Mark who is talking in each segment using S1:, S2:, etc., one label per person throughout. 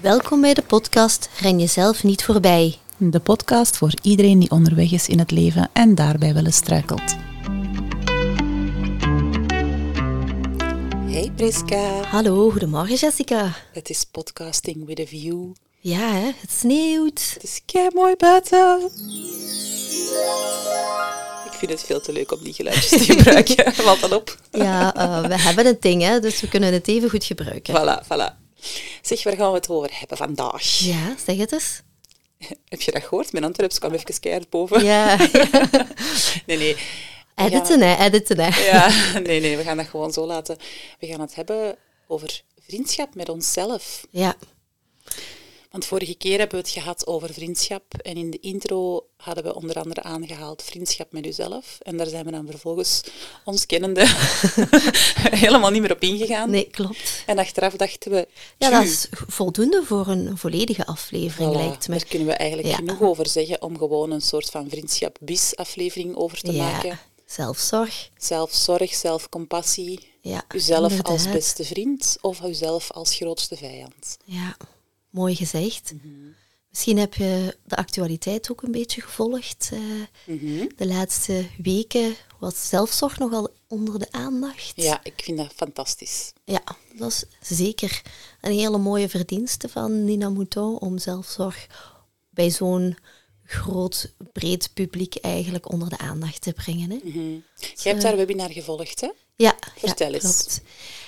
S1: Welkom bij de podcast Ren jezelf niet voorbij.
S2: De podcast voor iedereen die onderweg is in het leven en daarbij wel eens struikelt.
S3: Hey Priska.
S1: Hallo, goedemorgen Jessica.
S3: Het is podcasting with a view.
S1: Ja, hè, het sneeuwt.
S3: Het is keimooi buiten. Ik vind het veel te leuk om die geluidjes te gebruiken. Valt dat op?
S1: Ja, we hebben het ding, hè, dus we kunnen het even goed gebruiken.
S3: Voilà. Zeg, waar gaan we het over hebben vandaag?
S1: Ja, zeg het eens.
S3: Heb je dat gehoord? Mijn Antwerps kwam even keihard boven.
S1: Ja.
S3: Nee.
S1: Editen, hè.
S3: Ja, nee, we gaan dat gewoon zo laten. We gaan het hebben over vriendschap met onszelf.
S1: Ja.
S3: Want vorige keer hebben we het gehad over vriendschap. En in de intro hadden we onder andere aangehaald vriendschap met uzelf. En daar zijn we dan vervolgens, ons kennende, helemaal niet meer op ingegaan.
S1: Nee, klopt.
S3: En achteraf dachten we...
S1: Ja, dat is voldoende voor een volledige aflevering, lijkt me.
S3: Daar kunnen we eigenlijk genoeg over zeggen om gewoon een soort van vriendschap-bis-aflevering over te maken.
S1: Zelfzorg.
S3: Zelfzorg, zelfcompassie.
S1: Ja,
S3: Uzelf
S1: inderdaad.
S3: als beste vriend of uzelf als grootste vijand.
S1: Ja, mooi gezegd. Misschien heb je de actualiteit ook een beetje gevolgd. De laatste weken was zelfzorg nogal onder de aandacht.
S3: Ja, ik vind dat fantastisch.
S1: Ja, dat is zeker een hele mooie verdienste van Nina Mouton om zelfzorg bij zo'n groot, breed publiek eigenlijk onder de aandacht te brengen. Hè.
S3: Jij hebt haar webinar gevolgd, hè?
S1: Ja,
S3: Vertel eens.
S1: klopt.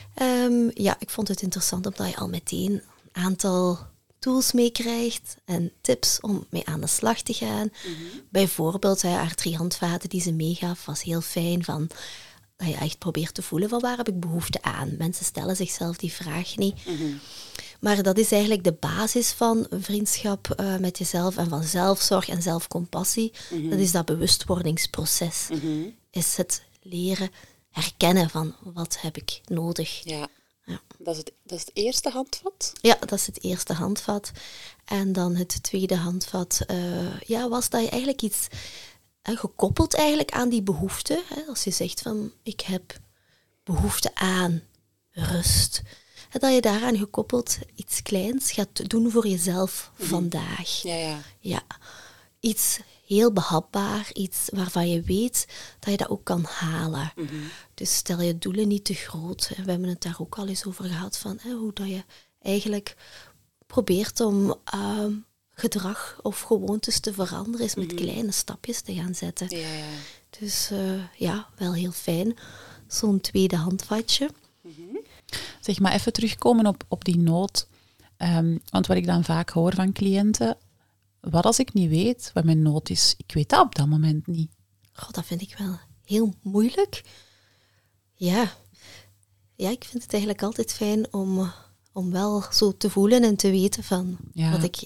S1: Ik vond het interessant omdat je al meteen een aantal tools meekrijgt en tips om mee aan de slag te gaan. Bijvoorbeeld haar 3 handvaten die ze meegaf, was heel fijn van dat je echt probeert te voelen van waar heb ik behoefte aan. Mensen stellen zichzelf die vraag niet. Maar dat is eigenlijk de basis van vriendschap met jezelf en van zelfzorg en zelfcompassie. Dat is dat bewustwordingsproces. Is het leren herkennen van wat heb ik nodig.
S3: Ja. Dat is het eerste handvat?
S1: Ja, dat is het eerste handvat. En dan het tweede handvat was dat je eigenlijk iets gekoppeld eigenlijk aan die behoefte. Hè, als je zegt van ik heb behoefte aan rust. Dat je daaraan gekoppeld iets kleins gaat doen voor jezelf vandaag. Ja. Iets heel behapbaar, iets waarvan je weet dat je dat ook kan halen. Dus stel je doelen niet te groot. We hebben het daar ook al eens over gehad, van hoe dat je eigenlijk probeert om gedrag of gewoontes te veranderen, is met kleine stapjes te gaan zetten.
S3: Ja.
S1: Dus wel heel fijn. Zo'n tweede handvatje.
S2: Zeg maar even terugkomen op die nood. Want wat ik dan vaak hoor van cliënten, wat als ik niet weet wat mijn nood is? Ik weet dat op dat moment niet.
S1: God, dat vind ik wel heel moeilijk. Ja, ik vind het eigenlijk altijd fijn om wel zo te voelen en te weten van wat ik...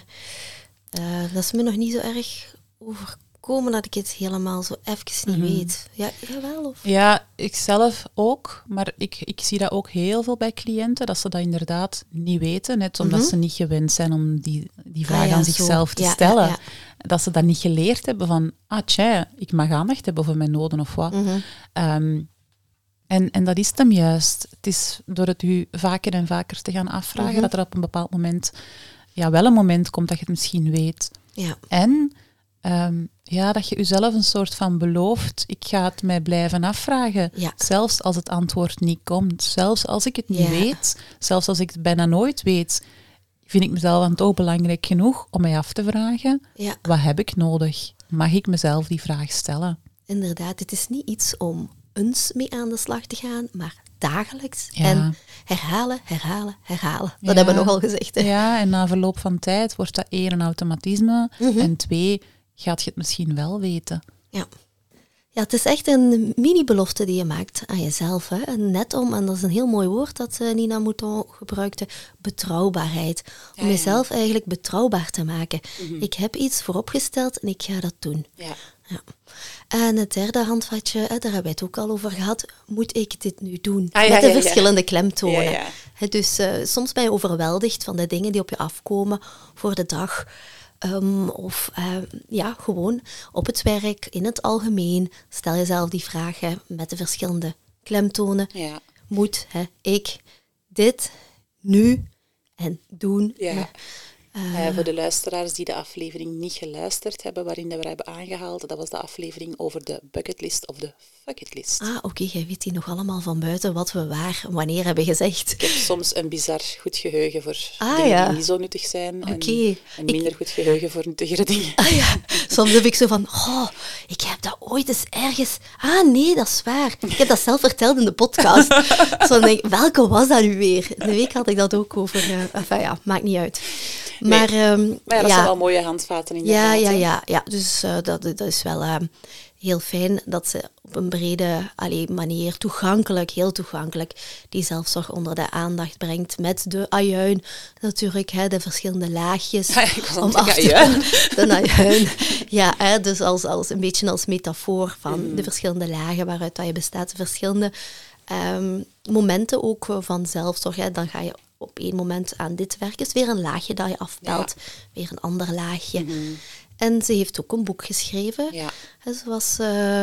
S1: dat is me nog niet zo erg overkomen dat ik het helemaal zo even niet weet. Ja, jawel? Of?
S2: Ja, ik zelf ook. Maar ik zie dat ook heel veel bij cliënten, dat ze dat inderdaad niet weten. Net omdat ze niet gewend zijn om die vraag aan zichzelf te stellen. Ja. Dat ze dat niet geleerd hebben van, ik mag aandacht hebben voor mijn noden of wat. En dat is het hem juist. Het is door het u vaker en vaker te gaan afvragen, dat er op een bepaald moment wel een moment komt dat je het misschien weet.
S1: Ja.
S2: En dat je jezelf een soort van belooft, ik ga het mij blijven afvragen. Ja. Zelfs als het antwoord niet komt. Zelfs als ik het niet weet. Zelfs als ik het bijna nooit weet. Vind ik mezelf dan toch belangrijk genoeg om mij af te vragen. Ja. Wat heb ik nodig? Mag ik mezelf die vraag stellen?
S1: Inderdaad, het is niet iets om eens mee aan de slag te gaan, maar dagelijks. Ja. En herhalen. Dat hebben we nogal gezegd. Hè?
S2: Ja, en na verloop van tijd wordt dat 1 een automatisme. En 2, gaat je het misschien wel weten.
S1: Ja, het is echt een mini-belofte die je maakt aan jezelf. Hè? En net om, en dat is een heel mooi woord dat Nina Mouton gebruikte, betrouwbaarheid. Om jezelf eigenlijk betrouwbaar te maken. Ik heb iets vooropgesteld en ik ga dat doen. Ja. En het derde handvatje, daar hebben wij het ook al over gehad, moet ik dit nu doen? Met de verschillende klemtonen. Ja. Dus soms ben je overweldigd van de dingen die op je afkomen voor de dag. Gewoon op het werk, in het algemeen. Stel jezelf die vragen met de verschillende klemtonen. Ja. Moet ik dit nu en doen.
S3: Ja. Voor de luisteraars die de aflevering niet geluisterd hebben, waarin we hebben aangehaald, dat was de aflevering over de bucketlist of de fucketlist.
S1: Oké, jij weet die nog allemaal van buiten, wat we waar en wanneer hebben gezegd.
S3: Ik heb soms een bizar goed geheugen voor dingen die niet zo nuttig zijn. En een minder goed geheugen voor nuttigere dingen.
S1: Soms heb ik zo van, ik heb dat ooit eens ergens... Nee, dat is waar. Ik heb dat zelf verteld in de podcast. Zo denk ik, welke was dat nu weer? De week had ik dat ook over. Maakt niet uit. Maar,
S3: dat zijn wel mooie handvaten in de
S1: Ja, dus dat is wel heel fijn dat ze op een brede manier heel toegankelijk, die zelfzorg onder de aandacht brengt met de ajuin. Natuurlijk, de verschillende laagjes.
S3: Om af te
S1: de ajuin. Ja, dus als een beetje als metafoor van de verschillende lagen waaruit dat je bestaat, de verschillende momenten ook van zelfzorg. Dan ga je op één moment aan dit werk, is weer een laagje dat je afpelt, weer een ander laagje. En ze heeft ook een boek geschreven.
S3: Ja.
S1: Ze was,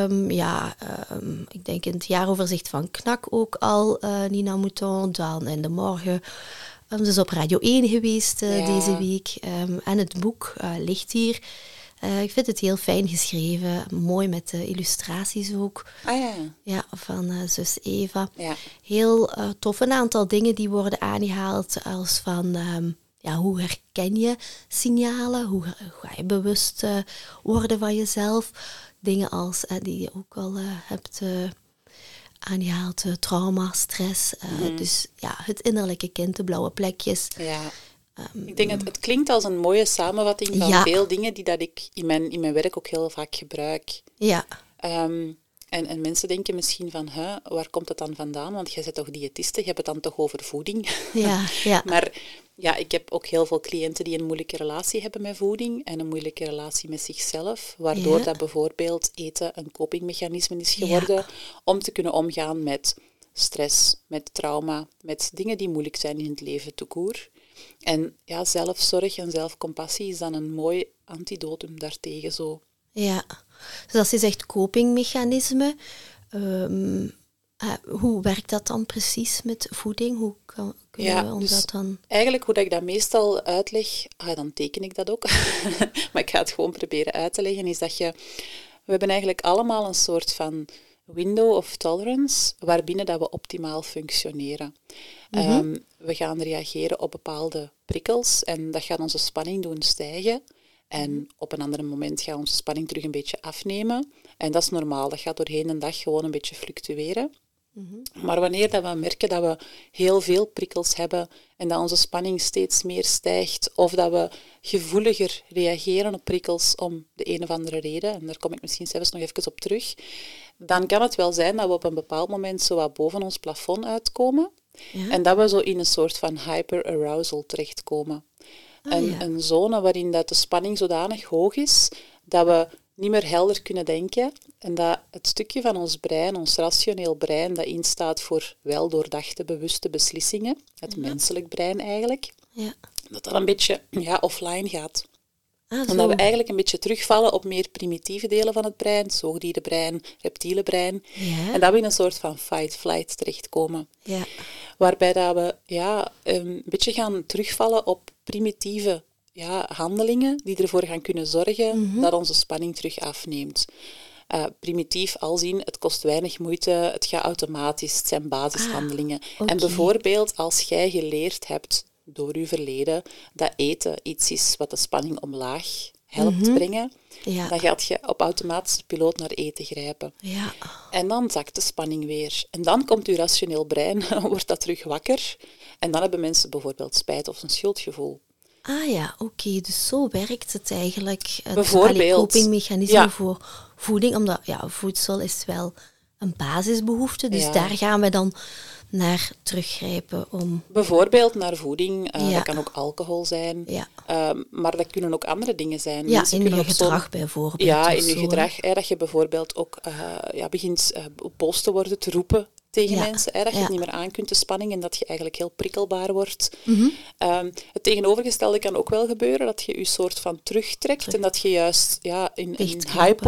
S1: ik denk in het jaaroverzicht van KNAK ook al, Nina Mouton, dan in de morgen. Ze is op Radio 1 geweest deze week. En het boek ligt hier. Ik vind het heel fijn geschreven, mooi met de illustraties ook. Ja, van zus Eva.
S3: Ja.
S1: Heel tof, een aantal dingen die worden aangehaald als van... hoe herken je signalen? Hoe ga je bewust worden van jezelf? Dingen als die je ook al hebt aangehaald, trauma, stress. Dus het innerlijke kind, de blauwe plekjes.
S3: Ja. Ik denk het klinkt als een mooie samenvatting van veel dingen die dat ik in mijn werk ook heel vaak gebruik.
S1: Ja.
S3: En mensen denken misschien van, waar komt het dan vandaan? Want jij bent toch diëtiste, je hebt het dan toch over voeding?
S1: Ja.
S3: Maar ik heb ook heel veel cliënten die een moeilijke relatie hebben met voeding en een moeilijke relatie met zichzelf, waardoor dat bijvoorbeeld eten een copingmechanisme is geworden om te kunnen omgaan met stress, met trauma, met dingen die moeilijk zijn in het leven tout court. En zelfzorg en zelfcompassie is dan een mooi antidotum daartegen zo.
S1: Ja, dus als je zegt copingmechanisme, hoe werkt dat dan precies met voeding? Hoe kunnen we ons dat dan...
S3: Eigenlijk hoe dat ik dat meestal uitleg, dan teken ik dat ook, maar ik ga het gewoon proberen uit te leggen, is dat we hebben eigenlijk allemaal een soort van window of tolerance waarbinnen dat we optimaal functioneren. We gaan reageren op bepaalde prikkels en dat gaat onze spanning doen stijgen. En op een ander moment gaat onze spanning terug een beetje afnemen. En dat is normaal, dat gaat doorheen een dag gewoon een beetje fluctueren. Maar wanneer dat we merken dat we heel veel prikkels hebben en dat onze spanning steeds meer stijgt, of dat we gevoeliger reageren op prikkels om de een of andere reden, en daar kom ik misschien zelfs nog even op terug, dan kan het wel zijn dat we op een bepaald moment zo wat boven ons plafond uitkomen en dat we zo in een soort van hyperarousal terechtkomen. Een zone waarin dat de spanning zodanig hoog is dat we niet meer helder kunnen denken en dat het stukje van ons brein, ons rationeel brein, dat instaat voor weldoordachte, bewuste beslissingen, het menselijk brein eigenlijk, dat een beetje offline gaat. En dat we eigenlijk een beetje terugvallen op meer primitieve delen van het brein, het zoogdierenbrein, reptiele brein, en dat we in een soort van fight-flight terechtkomen.
S1: Ja.
S3: Waarbij dat we een beetje gaan terugvallen op primitieve handelingen die ervoor gaan kunnen zorgen dat onze spanning terug afneemt. Primitief alzien, het kost weinig moeite, het gaat automatisch, het zijn basishandelingen. En bijvoorbeeld als jij geleerd hebt door je verleden dat eten iets is wat de spanning omlaag helpt brengen, dan gaat je op automatische piloot naar eten grijpen. Ja. En dan zakt de spanning weer. En dan komt je rationeel brein, wordt dat terug wakker. En dan hebben mensen bijvoorbeeld spijt of een schuldgevoel.
S1: Oké. Dus zo werkt het eigenlijk.
S3: Bijvoorbeeld.
S1: Copingmechanisme voor voeding, omdat voedsel is wel een basisbehoefte. Dus daar gaan we dan naar teruggrijpen om...
S3: Bijvoorbeeld naar voeding. Dat kan ook alcohol zijn. Ja. Maar dat kunnen ook andere dingen zijn.
S1: Ja, in je gedrag bijvoorbeeld.
S3: Ja, in je gedrag. Dat je bijvoorbeeld ook begint boos te worden, te roepen tegen mensen. Dat je het niet meer aan kunt, de spanning, en dat je eigenlijk heel prikkelbaar wordt. Het tegenovergestelde kan ook wel gebeuren, dat je je soort van terugtrekt en dat je juist in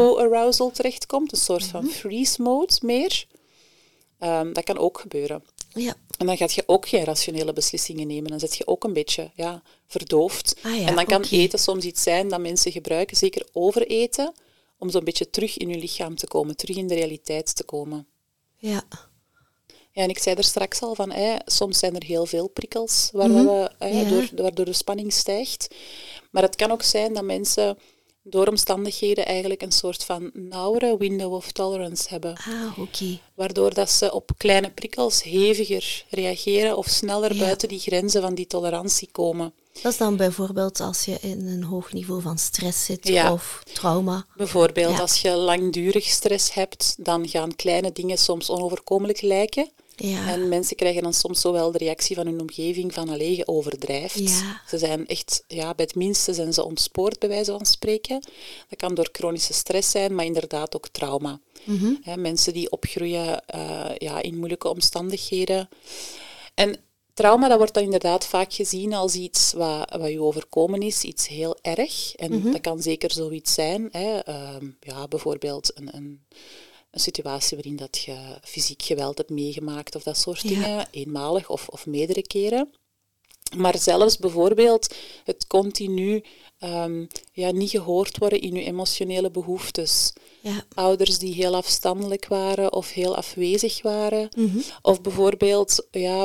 S3: hypo-arousal terechtkomt, een soort van freeze mode meer. Dat kan ook gebeuren.
S1: Ja.
S3: En dan gaat je ook geen rationele beslissingen nemen. Dan zit je ook een beetje verdoofd. En dan kan eten soms iets zijn dat mensen gebruiken, zeker overeten, om zo'n beetje terug in je lichaam te komen, terug in de realiteit te komen.
S1: Ja.
S3: Ja, en ik zei er straks al van, soms zijn er heel veel prikkels waardoor de spanning stijgt. Maar het kan ook zijn dat mensen door omstandigheden eigenlijk een soort van nauwere window of tolerance hebben. Waardoor dat ze op kleine prikkels heviger reageren of sneller buiten die grenzen van die tolerantie komen.
S1: Dat is dan bijvoorbeeld als je in een hoog niveau van stress zit of trauma.
S3: Bijvoorbeeld als je langdurig stress hebt, dan gaan kleine dingen soms onoverkomelijk lijken. Ja. En mensen krijgen dan soms zowel de reactie van hun omgeving van, allee, je overdrijft. Ja. Ze zijn echt, bij het minste zijn ze ontspoord, bij wijze van spreken. Dat kan door chronische stress zijn, maar inderdaad ook trauma. Mm-hmm. Mensen die opgroeien in moeilijke omstandigheden. En trauma, dat wordt dan inderdaad vaak gezien als iets wat je overkomen is, iets heel erg. En dat kan zeker zoiets zijn. Bijvoorbeeld een situatie waarin dat je fysiek geweld hebt meegemaakt of dat soort dingen, eenmalig of meerdere keren. Maar zelfs bijvoorbeeld het continu niet gehoord worden in je emotionele behoeftes. Ja. Ouders die heel afstandelijk waren of heel afwezig waren. Mm-hmm. Of bijvoorbeeld,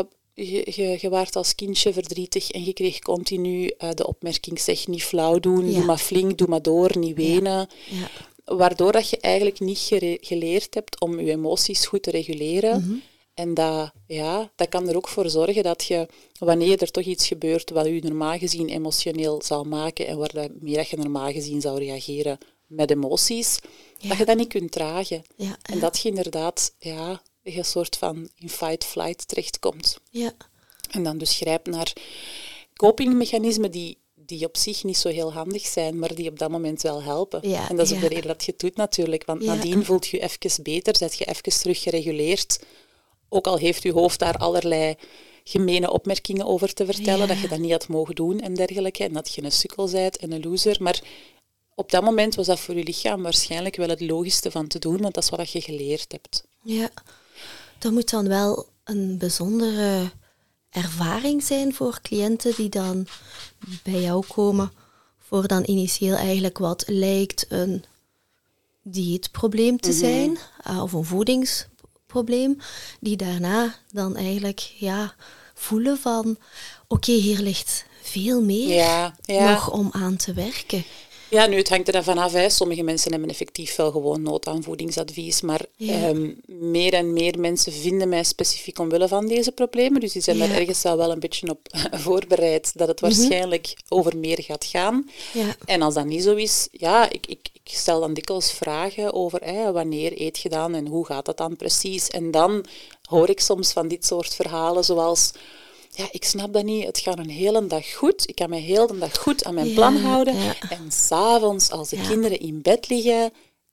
S3: je waart als kindje verdrietig en je kreeg continu de opmerking, zeg niet flauw doen, doe maar flink, doe maar door, niet wenen. Ja. Waardoor dat je eigenlijk niet geleerd hebt om je emoties goed te reguleren. Mm-hmm. En dat kan er ook voor zorgen dat je, wanneer er toch iets gebeurt wat je normaal gezien emotioneel zou maken en waarmee dat je normaal gezien zou reageren met emoties, dat je dat niet kunt dragen. Ja. En dat je inderdaad een soort van in fight-flight terechtkomt. Ja. En dan dus grijpt naar copingmechanismen die op zich niet zo heel handig zijn, maar die op dat moment wel helpen. Ja, en dat is ook de reden dat je het doet natuurlijk, want nadien voelt je even beter, zet je even terug gereguleerd. Ook al heeft je hoofd daar allerlei gemene opmerkingen over te vertellen, dat je dat niet had mogen doen en dergelijke, en dat je een sukkel bent en een loser. Maar op dat moment was dat voor je lichaam waarschijnlijk wel het logischste van te doen, want dat is wat je geleerd hebt.
S1: Ja, dat moet dan wel een bijzondere ervaring zijn voor cliënten die dan bij jou komen voor dan initieel eigenlijk wat lijkt een dieetprobleem te zijn, of een voedingsprobleem, die daarna dan eigenlijk voelen van oké, hier ligt veel meer nog om aan te werken.
S3: Ja, nu, het hangt er dan vanaf. Sommige mensen hebben effectief wel gewoon nood aan voedingsadvies, maar meer en meer mensen vinden mij specifiek omwille van deze problemen. Dus die zijn daar ergens al wel een beetje op voorbereid dat het waarschijnlijk over meer gaat gaan. Ja. En als dat niet zo is, ik stel dan dikwijls vragen over wanneer eet je dan en hoe gaat dat dan precies. En dan hoor ik soms van dit soort verhalen zoals... Ja, ik snap dat niet. Het gaat een hele dag goed. Ik kan me heel de dag goed aan mijn plan houden. Ja. En 's avonds, als de kinderen in bed liggen,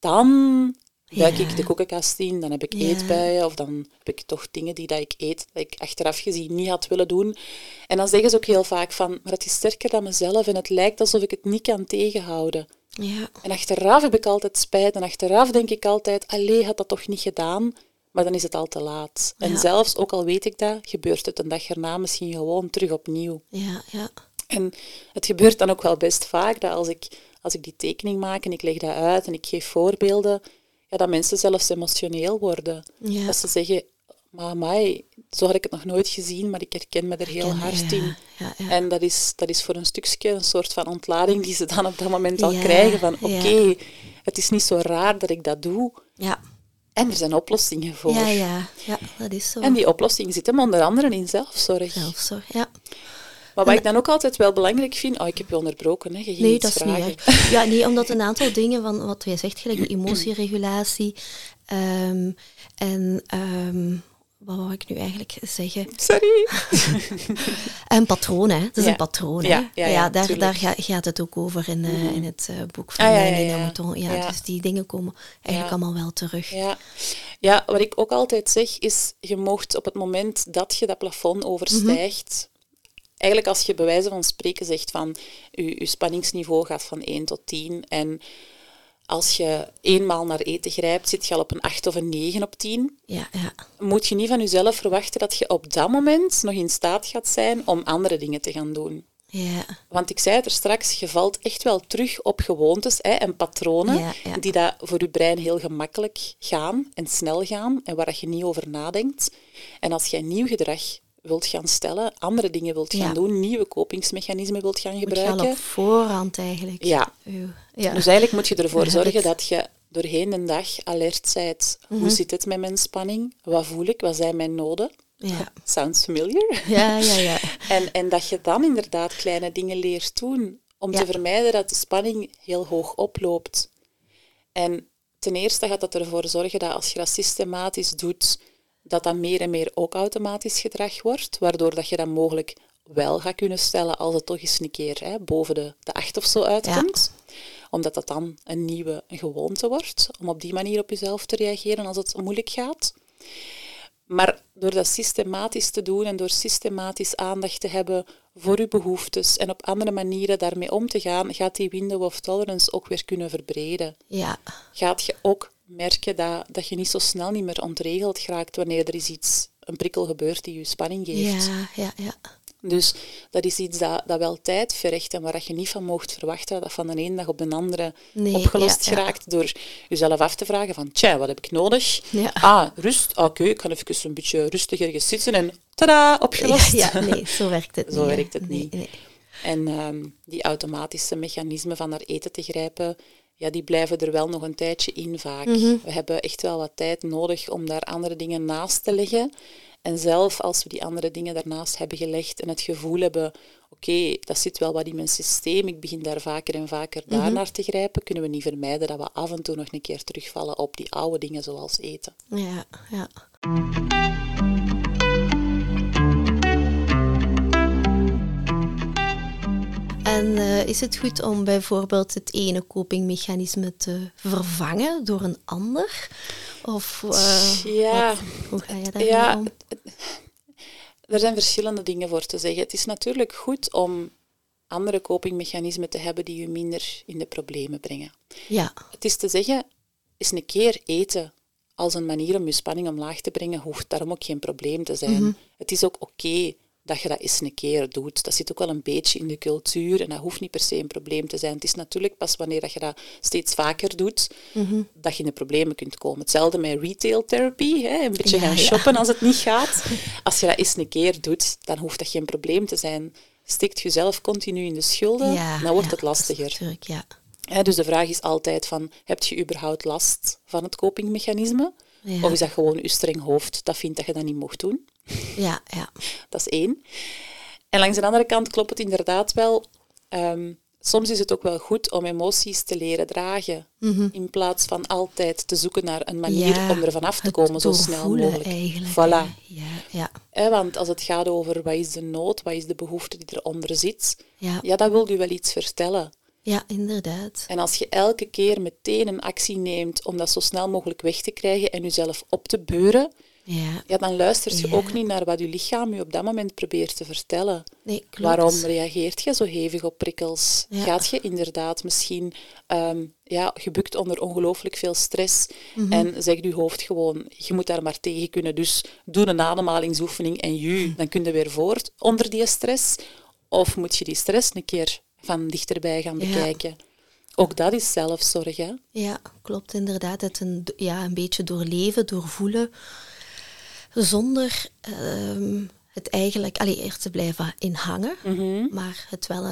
S3: dan duik ik de koekenkast in, dan heb ik eetbuien, of dan heb ik toch dingen die dat ik eet, dat ik achteraf gezien niet had willen doen. En dan zeggen ze ook heel vaak van, maar het is sterker dan mezelf en het lijkt alsof ik het niet kan tegenhouden. Ja. En achteraf heb ik altijd spijt en achteraf denk ik altijd, allee, had dat toch niet gedaan? Maar dan is het al te laat. Ja. En zelfs, ook al weet ik dat, gebeurt het een dag erna misschien gewoon terug opnieuw. Ja, ja. En het gebeurt dan ook wel best vaak dat als ik die tekening maak en ik leg dat uit en ik geef voorbeelden, dat mensen zelfs emotioneel worden. Ja. Dat ze zeggen, maar amai, zo had ik het nog nooit gezien, maar ik herken me er heel hard in. Ja, ja. En dat is voor een stukje een soort van ontlading die ze dan op dat moment al krijgen. Van oké, het is niet zo raar dat ik dat doe. Ja. En er zijn oplossingen voor.
S1: Ja, dat is zo.
S3: En die oplossing zit hem onder andere in zelfzorg.
S1: Zelfzorg, ja.
S3: Maar wat ik dan ook altijd wel belangrijk vind... Oh, ik heb je onderbroken, hè. Je ging
S1: nee,
S3: iets
S1: dat
S3: vragen.
S1: Is niet, ja, nee, omdat een aantal dingen van wat jij zegt, gelijk de emotieregulatie wat wou ik nu eigenlijk zeggen?
S3: Sorry.
S1: Een patroon, hè. Het is een patroon, hè. Ja, daar gaat het ook over in het boek van Nina Mouton. Ja, dus die dingen komen eigenlijk allemaal wel terug.
S3: Ja, wat ik ook altijd zeg is, je moogt op het moment dat je dat plafond overstijgt... Eigenlijk als je bij wijze van spreken zegt van... Je spanningsniveau gaat van 1 tot 10 en... als je eenmaal naar eten grijpt, zit je al op een 8 of een 9 op 10.
S1: Ja.
S3: Moet je niet van jezelf verwachten dat je op dat moment nog in staat gaat zijn om andere dingen te gaan doen.
S1: Ja.
S3: Want ik zei het er straks, je valt echt wel terug op gewoontes en patronen die dat voor je brein heel gemakkelijk gaan en snel gaan en waar je niet over nadenkt. En als jij nieuw gedrag wilt gaan stellen, andere dingen wilt gaan doen, nieuwe kopingsmechanismen wilt gaan gebruiken.
S1: Moet je al op voorhand eigenlijk.
S3: Ja. Dus eigenlijk moet je ervoor zorgen dat je doorheen de dag alert bent. Hoe zit het met mijn spanning? Wat voel ik? Wat zijn mijn noden?
S1: Ja.
S3: Sounds familiar.
S1: Ja.
S3: En dat je dan inderdaad kleine dingen leert doen om te vermijden dat de spanning heel hoog oploopt. En ten eerste gaat dat ervoor zorgen dat als je dat systematisch doet, dat dat meer en meer ook automatisch gedrag wordt, waardoor dat je dat mogelijk wel gaat kunnen stellen als het toch eens een keer boven de 8 of zo uitkomt. Ja. Omdat dat dan een nieuwe gewoonte wordt, om op die manier op jezelf te reageren als het moeilijk gaat. Maar door dat systematisch te doen en door systematisch aandacht te hebben voor je behoeftes en op andere manieren daarmee om te gaan, gaat die window of tolerance ook weer kunnen verbreden.
S1: Ja.
S3: Gaat je ook merken dat je niet zo snel niet meer ontregeld raakt wanneer er is een prikkel gebeurt die je spanning geeft.
S1: Ja.
S3: Dus dat is iets dat wel tijd vergt en waar je niet van moogt verwachten dat dat van de ene dag op de andere opgelost geraakt door jezelf af te vragen van, tja, wat heb ik nodig? Ja. Rust. Oké, ik kan even een beetje rustiger gaan zitten en tada, opgelost.
S1: Ja, nee, zo werkt het niet.
S3: Zo werkt het niet. Nee. En die automatische mechanismen van naar eten te grijpen, ja, die blijven er wel nog een tijdje in vaak. We hebben echt wel wat tijd nodig om daar andere dingen naast te leggen. En zelf als we die andere dingen daarnaast hebben gelegd en het gevoel hebben, oké, dat zit wel wat in mijn systeem, ik begin daar vaker en vaker daarnaar te grijpen, kunnen we niet vermijden dat we af en toe nog een keer terugvallen op die oude dingen zoals eten.
S1: Ja. En is het goed om bijvoorbeeld het ene copingmechanisme te vervangen door een ander? Of hoe ga je daarmee om?
S3: Er zijn verschillende dingen voor te zeggen. Het is natuurlijk goed om andere copingmechanismen te hebben die je minder in de problemen brengen.
S1: Ja.
S3: Het is te zeggen, eens een keer eten als een manier om je spanning omlaag te brengen, hoeft daarom ook geen probleem te zijn. Het is ook oké dat je dat eens een keer doet. Dat zit ook wel een beetje in de cultuur en dat hoeft niet per se een probleem te zijn. Het is natuurlijk pas wanneer dat je dat steeds vaker doet, dat je in de problemen kunt komen. Hetzelfde met retail therapy, een beetje gaan shoppen als het niet gaat. Als je dat eens een keer doet, dan hoeft dat geen probleem te zijn. Stikt jezelf continu in de schulden, dan wordt het lastiger.
S1: Natuurlijk,
S3: Dus de vraag is altijd van, heb je überhaupt last van het copingmechanisme? Ja. Of is dat gewoon je streng hoofd dat vindt dat je dat niet mocht doen?
S1: Ja.
S3: Dat is 1. En langs de andere kant klopt het inderdaad wel. Soms is het ook wel goed om emoties te leren dragen. In plaats van altijd te zoeken naar een manier om er vanaf te komen zo snel mogelijk.
S1: Eigenlijk.
S3: Voilà.
S1: Ja.
S3: Want als het gaat over wat is de nood, wat is de behoefte die eronder zit, dat wil u wel iets vertellen.
S1: Ja, inderdaad.
S3: En als je elke keer meteen een actie neemt om dat zo snel mogelijk weg te krijgen en jezelf op te beuren, dan luistert je ook niet naar wat je lichaam je op dat moment probeert te vertellen.
S1: Nee, klopt.
S3: Waarom reageert je zo hevig op prikkels? Gaat je inderdaad misschien gebukt onder ongelooflijk veel stress en zegt je hoofd gewoon, je moet daar maar tegen kunnen, dus doe een ademhalingsoefening en dan kun je weer voort onder die stress. Of moet je die stress een keer van dichterbij gaan bekijken. Ook dat is zelfzorg, hè?
S1: Ja, klopt inderdaad. Het een beetje doorleven, doorvoelen, zonder het eigenlijk eerst te blijven inhangen, maar het wel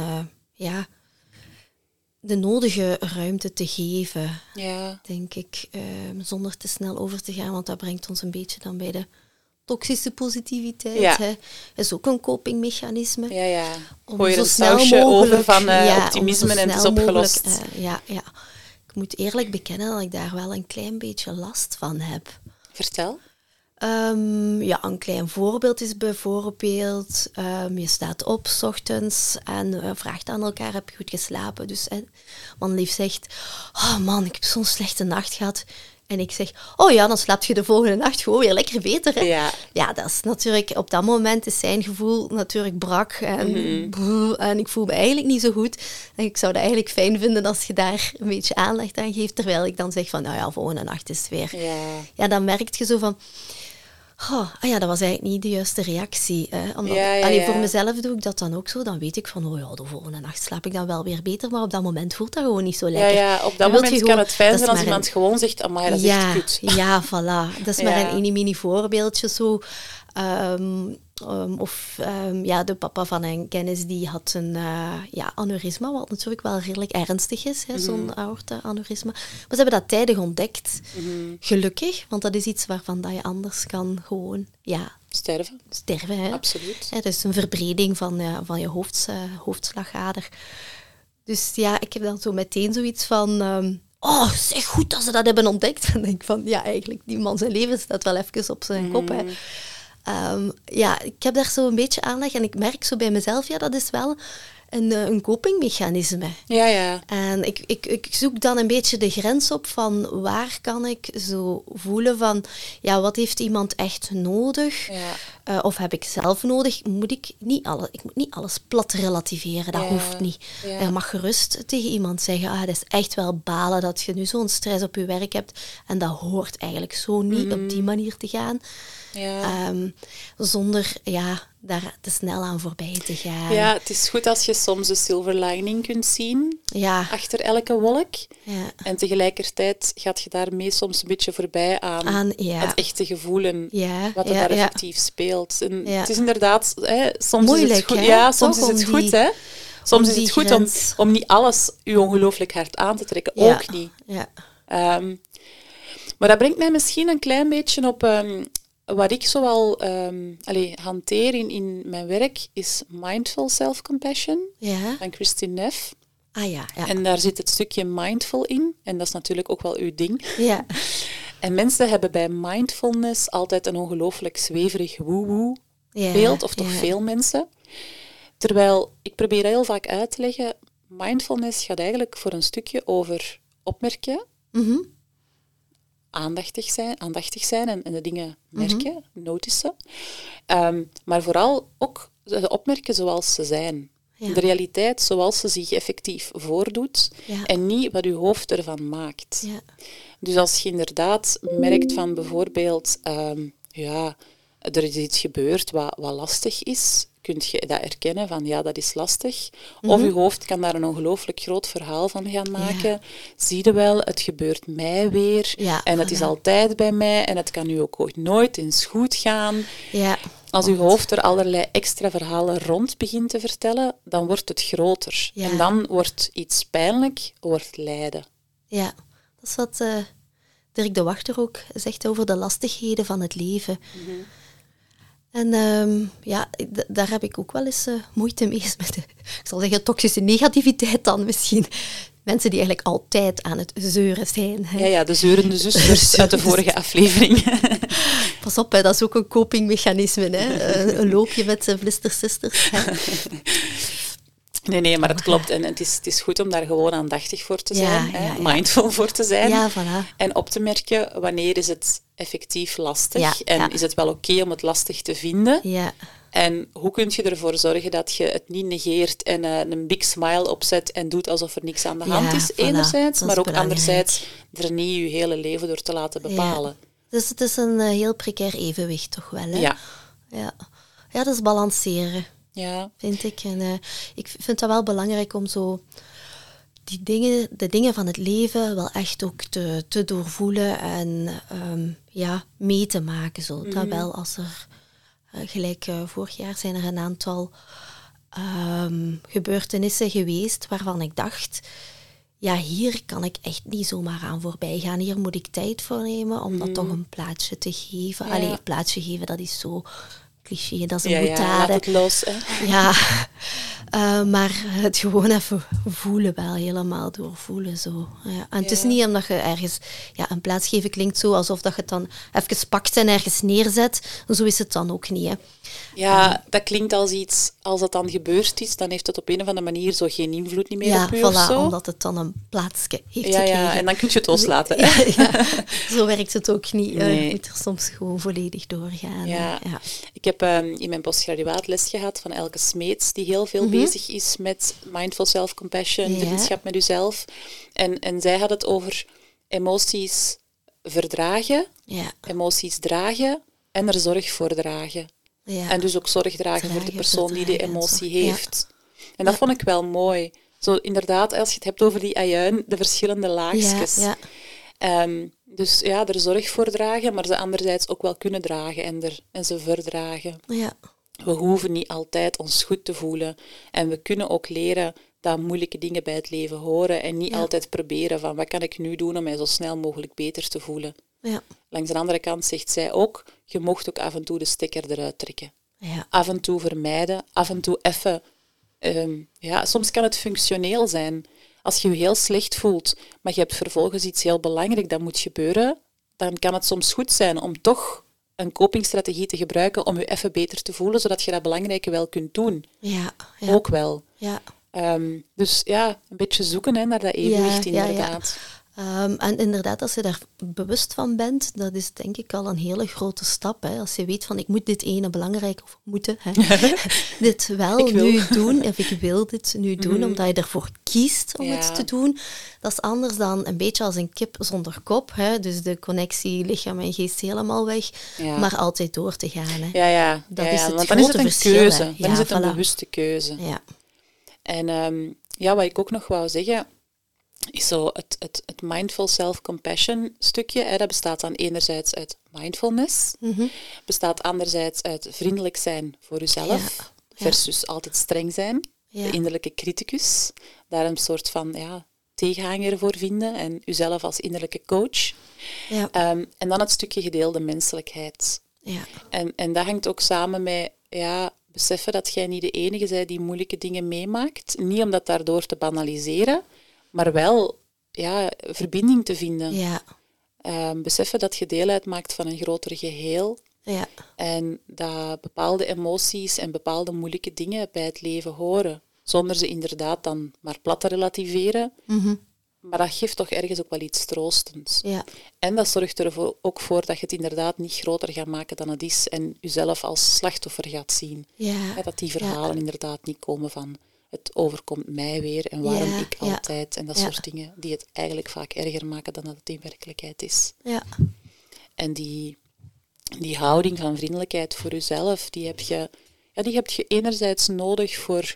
S1: de nodige ruimte te geven, denk ik, zonder te snel over te gaan, want dat brengt ons een beetje dan bij de toxische positiviteit. Hè. Is ook een copingmechanisme.
S3: Gooi er een sausje over van optimisme en het is opgelost.
S1: Ik moet eerlijk bekennen dat ik daar wel een klein beetje last van heb.
S3: Vertel.
S1: Een klein voorbeeld is bijvoorbeeld, je staat op 's ochtends en vraagt aan elkaar, heb je goed geslapen? Dus man lief zegt, oh man, ik heb zo'n slechte nacht gehad. En ik zeg, oh ja, dan slaapt je de volgende nacht gewoon weer lekker beter. Hè? Ja, dat is natuurlijk, op dat moment is zijn gevoel natuurlijk brak. En ik voel me eigenlijk niet zo goed. En ik zou het eigenlijk fijn vinden als je daar een beetje aandacht aan geeft. Terwijl ik dan zeg van, nou ja, volgende nacht is het weer. Ja, dan merk je zo van... dat was eigenlijk niet de juiste reactie. Omdat, voor mezelf doe ik dat dan ook zo. Dan weet ik van, de volgende nacht slaap ik dan wel weer beter. Maar op dat moment voelt dat gewoon niet zo lekker.
S3: Ja, op dat moment kan het fijn zijn als iemand gewoon zegt, amai, dat is echt kut.
S1: Ja, voilà. Dat is maar een mini voorbeeldje zo. De papa van een kennis die had een aneurysma, wat natuurlijk wel redelijk ernstig is, zo'n aorta-aneurysma. Maar ze hebben dat tijdig ontdekt, gelukkig, want dat is iets waarvan dat je anders kan gewoon sterven. Hè.
S3: Absoluut.
S1: Het is een verbreding van je hoofdslagader. Dus ja, ik heb dan zo meteen zoiets van... zeg goed dat ze dat hebben ontdekt. En denk van, ja, eigenlijk, die man zijn leven staat wel even op zijn kop, hè. Ik heb daar zo een beetje aanleg en ik merk zo bij mezelf, dat is wel een copingmechanisme.
S3: Ja.
S1: En ik zoek dan een beetje de grens op van waar kan ik zo voelen van, wat heeft iemand echt nodig? Ja. Of heb ik zelf nodig? Ik moet niet alles plat relativeren, dat hoeft niet. Ja. Je mag gerust tegen iemand zeggen, het is echt wel balen dat je nu zo'n stress op je werk hebt en dat hoort eigenlijk zo niet op die manier te gaan. Ja. Zonder daar te snel aan voorbij te gaan.
S3: Ja, het is goed als je soms de silver lining kunt zien achter elke wolk. Ja. En tegelijkertijd gaat je daarmee soms een beetje voorbij aan het echte gevoel en wat er daar effectief speelt. En het is inderdaad, soms moeilijk, is het goed. Ja, soms is het goed, hè. Soms is het goed om niet alles je ongelooflijk hard aan te trekken. Ook niet. Ja. Maar dat brengt mij misschien een klein beetje op... wat ik zoal hanteer in mijn werk is mindful self-compassion van Kristin Neff. En daar zit het stukje mindful in. En dat is natuurlijk ook wel uw ding. Ja. En mensen hebben bij mindfulness altijd een ongelooflijk zweverig woe-woe beeld. Of toch veel mensen. Terwijl, ik probeer heel vaak uit te leggen, mindfulness gaat eigenlijk voor een stukje over opmerken. Aandachtig zijn en de dingen merken, noticen. Maar vooral ook opmerken zoals ze zijn. Ja. De realiteit zoals ze zich effectief voordoet en niet wat je hoofd ervan maakt. Ja. Dus als je inderdaad merkt van bijvoorbeeld, er is iets gebeurd wat lastig is, kun je dat erkennen van dat is lastig. Of je hoofd kan daar een ongelooflijk groot verhaal van gaan maken. Ja. Zie je wel, het gebeurt mij weer. Ja, en het is altijd bij mij. En het kan nu ook nooit eens goed gaan. Ja. Als je hoofd er allerlei extra verhalen rond begint te vertellen, dan wordt het groter. Ja. En dan wordt iets pijnlijk, wordt lijden.
S1: Ja, dat is wat Dirk de Wachter ook zegt over de lastigheden van het leven. En daar heb ik ook wel eens moeite mee. Met ik zal zeggen, toxische negativiteit dan misschien. Mensen die eigenlijk altijd aan het zeuren zijn. Hè.
S3: Ja, de zeurende zusters uit de vorige aflevering.
S1: Pas op, hè, dat is ook een copingmechanisme. Hè. Een loopje met vlistersisters.
S3: Nee, maar het klopt. En het is goed om daar gewoon aandachtig voor te zijn. Mindful voor te zijn.
S1: Ja, voilà.
S3: En op te merken, wanneer is het effectief lastig? Is het wel oké om het lastig te vinden? Ja. En hoe kun je ervoor zorgen dat je het niet negeert en een big smile opzet en doet alsof er niks aan de hand is, enerzijds. Maar ook anderzijds er niet je hele leven door te laten bepalen.
S1: Ja. Dus het is een heel precair evenwicht toch wel, hè? Ja, dat is balanceren. Ja. Vind ik. En ik vind dat wel belangrijk om zo de dingen van het leven wel echt ook te doorvoelen en mee te maken. Zo. Dat wel als er gelijk vorig jaar zijn er een aantal gebeurtenissen geweest waarvan ik dacht, hier kan ik echt niet zomaar aan voorbij gaan. Hier moet ik tijd voor nemen om dat toch een plaatsje te geven. Allee, een plaatsje geven, dat is zo cliché, dat is een boutade.
S3: Ja, laat het los. Hè?
S1: Ja. Maar het gewoon even voelen wel, helemaal doorvoelen. Zo. Ja. En het is niet omdat je ergens... Ja, een plaats geven klinkt zo alsof dat je het dan even pakt en ergens neerzet. Zo is het dan ook niet, hè.
S3: Ja, dat klinkt als iets... Als dat dan gebeurd is, dan heeft het op een of andere manier zo geen invloed niet meer op u of zo.
S1: Omdat het dan een plaatsje heeft gekregen.
S3: Ja, en dan kun je het loslaten.
S1: Zo werkt het ook niet. Nee. Je moet er soms gewoon volledig doorgaan.
S3: Ja. Ik heb in mijn postgraduaat les gehad van Elke Smeets, die heel veel bezig is met mindful self-compassion, vriendschap met uzelf. En zij had het over emoties verdragen, emoties dragen en er zorg voor dragen. Ja. En dus ook zorg dragen voor de persoon die de emotie heeft. En dat vond ik wel mooi. Zo inderdaad, als je het hebt over die ajuin, de verschillende laagjes. Dus ja, er zorg voor dragen, maar ze anderzijds ook wel kunnen dragen en ze verdragen. Ja. We hoeven niet altijd ons goed te voelen. En we kunnen ook leren dat moeilijke dingen bij het leven horen en niet altijd proberen van wat kan ik nu doen om mij zo snel mogelijk beter te voelen. Ja. Langs de andere kant zegt zij ook, je mocht ook af en toe de stekker eruit trekken. Ja. Af en toe vermijden, af en toe even... soms kan het functioneel zijn. Als je je heel slecht voelt, maar je hebt vervolgens iets heel belangrijk dat moet gebeuren, dan kan het soms goed zijn om toch een copingstrategie te gebruiken om je even beter te voelen, zodat je dat belangrijke wel kunt doen. Ja. Ook wel. Ja. Dus ja, een beetje zoeken naar dat evenwicht inderdaad.
S1: En inderdaad, als je daar bewust van bent, dat is denk ik al een hele grote stap. Hè. Als je weet van, ik moet dit ene belangrijk, of moeten, hè, dit wel nu doen, of ik wil dit nu doen, omdat je ervoor kiest om het te doen. Dat is anders dan een beetje als een kip zonder kop. Hè. Dus de connectie lichaam en geest helemaal weg, maar altijd door te gaan. Hè. Dat is het
S3: want dan is het een keuze. Dan is het een bewuste keuze.
S1: Ja.
S3: En wat ik ook nog wou zeggen... is zo het mindful self-compassion stukje. Hè, dat bestaat dan enerzijds uit mindfulness. Bestaat anderzijds uit vriendelijk zijn voor jezelf. Versus altijd streng zijn. De innerlijke criticus. Daar een soort van tegenhanger voor vinden. En jezelf als innerlijke coach. Ja. En dan het stukje gedeelde menselijkheid. Ja. En dat hangt ook samen met... beseffen dat jij niet de enige bent die moeilijke dingen meemaakt. Niet om dat daardoor te banaliseren... maar wel verbinding te vinden. Ja. Beseffen dat je deel uitmaakt van een groter geheel. Ja. En dat bepaalde emoties en bepaalde moeilijke dingen bij het leven horen. Zonder ze inderdaad dan maar plat te relativeren. Maar dat geeft toch ergens ook wel iets troostends. Ja. En dat zorgt er ook voor dat je het inderdaad niet groter gaat maken dan het is. En jezelf als slachtoffer gaat zien. Ja. Dat die verhalen inderdaad niet komen van... het overkomt mij weer en waarom ik altijd. En dat soort dingen die het eigenlijk vaak erger maken dan dat het in werkelijkheid is. Ja. En die houding van vriendelijkheid voor jezelf, die heb je enerzijds nodig voor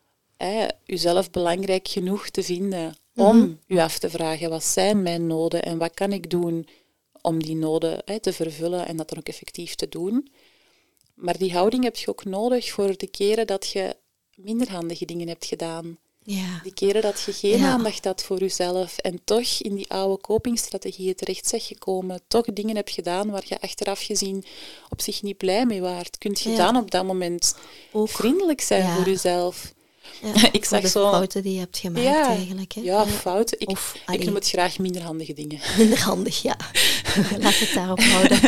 S3: jezelf belangrijk genoeg te vinden om je af te vragen, wat zijn mijn noden en wat kan ik doen om die noden te vervullen en dat dan ook effectief te doen. Maar die houding heb je ook nodig voor de keren dat je minder handige dingen hebt gedaan. Ja. Die keren dat je geen aandacht had voor jezelf en toch in die oude copingstrategieën terecht bent gekomen, toch dingen hebt gedaan waar je achteraf gezien op zich niet blij mee waart. Kunt je dan op dat moment ook vriendelijk zijn voor jezelf?
S1: Ja, ik zag zo fouten die je hebt gemaakt eigenlijk. Hè?
S3: Ja, fouten. Ik noem het graag minder handige dingen.
S1: Minder handig, ja. Laat het daarop houden.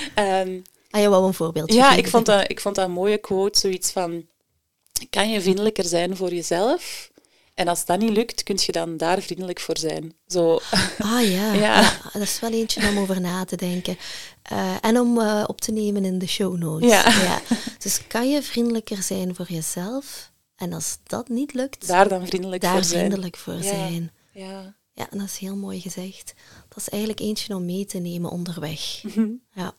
S1: Je wou een voorbeeldje
S3: geven. Ik vond dat een mooie quote, zoiets van... Kan je vriendelijker zijn voor jezelf? En als dat niet lukt, kun je dan daar vriendelijk voor zijn. Zo.
S1: Ja, dat is wel eentje om over na te denken. En om op te nemen in de show notes. Ja. Dus kan je vriendelijker zijn voor jezelf? En als dat niet lukt...
S3: Daar dan vriendelijk
S1: voor zijn. Ja, en dat is heel mooi gezegd. Dat is eigenlijk eentje om mee te nemen onderweg. Ja.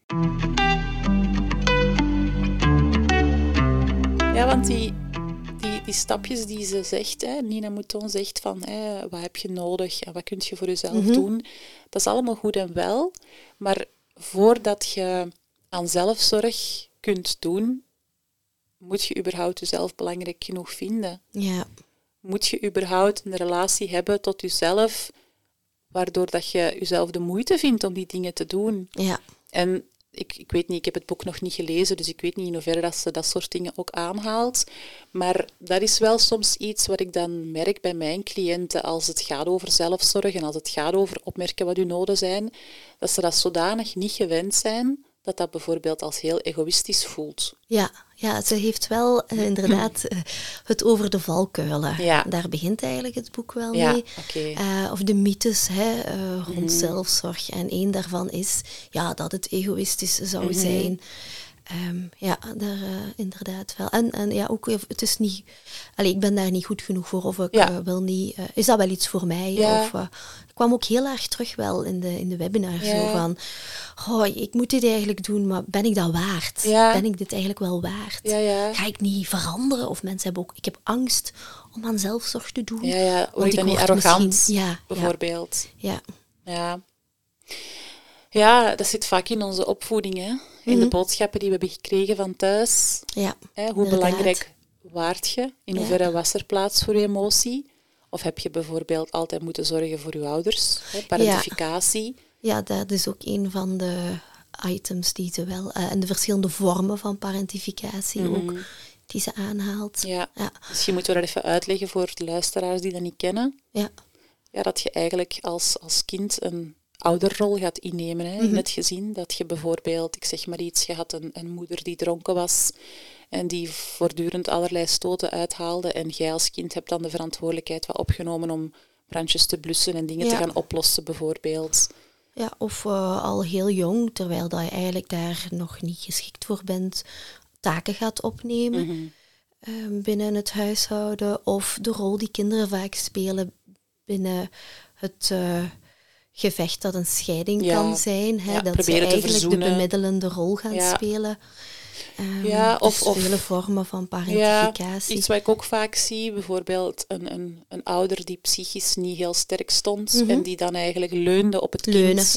S3: Ja, want die stapjes die ze zegt, Nina Mouton zegt van wat heb je nodig en wat kun je voor jezelf doen, dat is allemaal goed en wel. Maar voordat je aan zelfzorg kunt doen, moet je überhaupt jezelf belangrijk genoeg vinden. Ja. Moet je überhaupt een relatie hebben tot jezelf, waardoor dat je jezelf de moeite vindt om die dingen te doen. Ja. En ik weet niet, ik heb het boek nog niet gelezen, dus ik weet niet in hoeverre dat ze dat soort dingen ook aanhaalt. Maar dat is wel soms iets wat ik dan merk bij mijn cliënten als het gaat over zelfzorg en als het gaat over opmerken wat hun noden zijn, dat ze dat zodanig niet gewend zijn, dat dat bijvoorbeeld als heel egoïstisch voelt.
S1: Ja, ze heeft wel inderdaad het over de valkuilen.
S3: Ja.
S1: Daar begint eigenlijk het boek wel
S3: Ja,
S1: mee.
S3: oké.
S1: Of de mythes rond zelfzorg. En één daarvan is dat het egoïstisch zou zijn. Daar inderdaad wel. En ja, ook, het is niet... ik ben daar niet goed genoeg voor, of ik wil niet... is dat wel iets voor mij?
S3: Ja.
S1: Of, ik kwam ook heel erg terug wel in de webinar, zo van... ik moet dit eigenlijk doen, maar ben ik dat waard?
S3: Ja.
S1: Ben ik dit eigenlijk wel waard?
S3: Ja.
S1: Ga ik niet veranderen? Of mensen hebben ook... Ik heb angst om aan zelfzorg te doen.
S3: Ja. Word ik dan niet arrogant, bijvoorbeeld?
S1: Ja.
S3: Ja, dat zit vaak in onze opvoeding, hè? In de boodschappen die we hebben gekregen van thuis.
S1: Ja,
S3: Hoe
S1: inderdaad.
S3: belangrijk waart je? In hoeverre was er plaats voor je emotie? Of heb je bijvoorbeeld altijd moeten zorgen voor je ouders? Parentificatie.
S1: Ja, dat is ook een van de items die ze wel... en de verschillende vormen van parentificatie ook, die ze aanhaalt.
S3: Ja. Misschien moeten we dat even uitleggen voor de luisteraars die dat niet kennen.
S1: Ja,
S3: dat je eigenlijk als kind een ouderrol gaat innemen in het gezin. Dat je bijvoorbeeld, ik zeg maar iets, je had een moeder die dronken was en die voortdurend allerlei stoten uithaalde en jij als kind hebt dan de verantwoordelijkheid wat opgenomen om brandjes te blussen en dingen te gaan oplossen bijvoorbeeld.
S1: Ja, of al heel jong, terwijl dat je eigenlijk daar nog niet geschikt voor bent, taken gaat opnemen binnen het huishouden. Of de rol die kinderen vaak spelen binnen het gevecht dat een scheiding kan zijn. Hè, dat ze eigenlijk de bemiddelende rol gaan spelen. Of vele vormen van parentificatie.
S3: Ja, iets wat ik ook vaak zie, bijvoorbeeld een ouder die psychisch niet heel sterk stond en die dan eigenlijk leunde op het kind.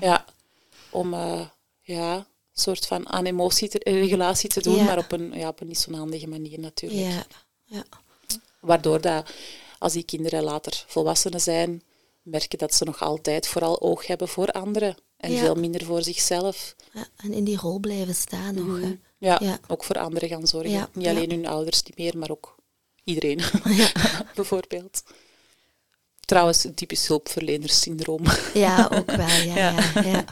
S3: Om een soort van aan emotieregulatie te doen, maar op een niet zo'n handige manier natuurlijk.
S1: Ja.
S3: Waardoor dat, als die kinderen later volwassenen zijn, merken dat ze nog altijd vooral oog hebben voor anderen en veel minder voor zichzelf.
S1: Ja, en in die rol blijven staan nog. Hè.
S3: Ja, ook voor anderen gaan zorgen.
S1: Ja,
S3: niet alleen hun ouders niet meer, maar ook iedereen, bijvoorbeeld. Trouwens, een typisch hulpverlenerssyndroom.
S1: Ja, ook wel, ja.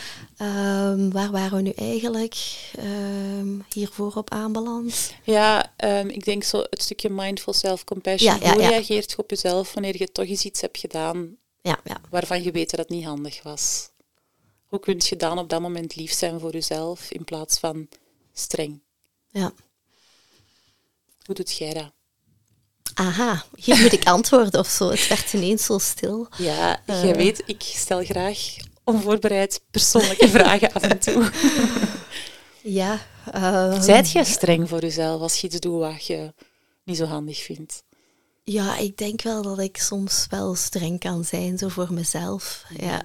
S1: Waar waren we nu eigenlijk hiervoor op aanbeland?
S3: Ja, ik denk zo het stukje mindful self-compassion. Hoe reageert je op jezelf wanneer je toch eens iets hebt gedaan waarvan je weet dat het niet handig was? Hoe kun je dan op dat moment lief zijn voor jezelf in plaats van streng?
S1: Ja.
S3: Hoe doet jij dat?
S1: Aha, hier moet ik antwoorden of zo. Het werd ineens zo stil.
S3: Ja, je weet, ik stel graag onvoorbereid persoonlijke vragen af en toe.
S1: Ja.
S3: Zijt jij streng voor jezelf als je iets doet wat je niet zo handig vindt?
S1: Ja, ik denk wel dat ik soms wel streng kan zijn, zo voor mezelf. Ja.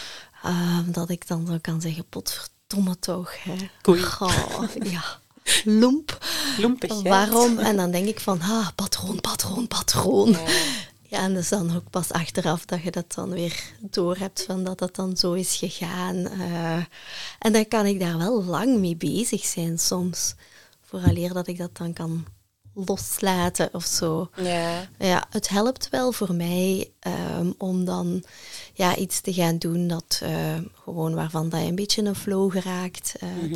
S1: Dat ik dan zo kan zeggen, potverdomme toch. Hè.
S3: Koei.
S1: Ja. Loempig. Waarom? En dan denk ik van, patroon. Ja, en dus dan ook pas achteraf dat je dat dan weer doorhebt van dat dat dan zo is gegaan. En dan kan ik daar wel lang mee bezig zijn soms. Vooraleer dat ik dat dan kan loslaten of zo. Ja, het helpt wel voor mij om dan iets te gaan doen dat gewoon waarvan dat je een beetje in een flow geraakt.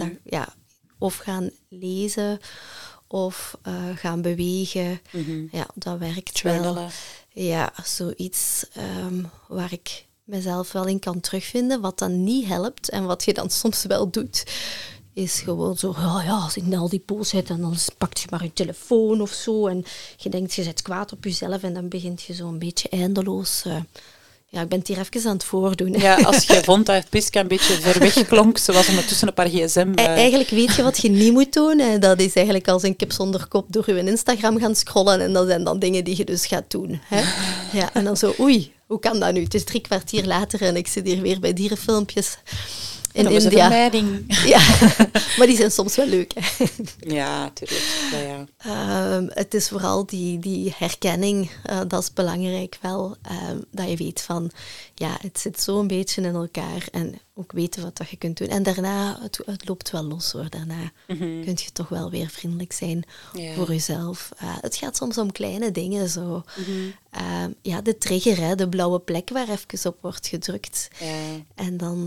S1: Of gaan lezen of gaan bewegen. Ja, dat werkt wel. Ja, zoiets waar ik mezelf wel in kan terugvinden. Wat dan niet helpt en wat je dan soms wel doet, is gewoon zo, als ik al die boosheid en dan pak je maar je telefoon of zo en je denkt, je bent kwaad op jezelf en dan begint je zo een beetje eindeloos... ik ben het hier even aan het voordoen.
S3: Ja, als je vond dat het Priska een beetje ver weg klonk, zoals ondertussen een paar gsm...
S1: Eigenlijk weet je wat je niet moet doen. Dat is eigenlijk als een kip zonder kop door je Instagram gaan scrollen en dat zijn dan dingen die je dus gaat doen. Hè? Ja, en dan zo, oei, hoe kan dat nu? Het is 3 kwartier later en ik zit hier weer bij dierenfilmpjes in India.
S3: Dat is een vermijding.
S1: Ja, maar die zijn soms wel leuk. Hè?
S3: Ja, natuurlijk.
S1: Het is vooral die herkenning, dat is belangrijk wel. Dat je weet van, het zit zo een beetje in elkaar. En ook weten wat dat je kunt doen. En daarna, het loopt wel los hoor. Daarna kun je toch wel weer vriendelijk zijn voor jezelf. Het gaat soms om kleine dingen. Zo. De trigger, hè, de blauwe plek waar even op wordt gedrukt. Ja. En dan,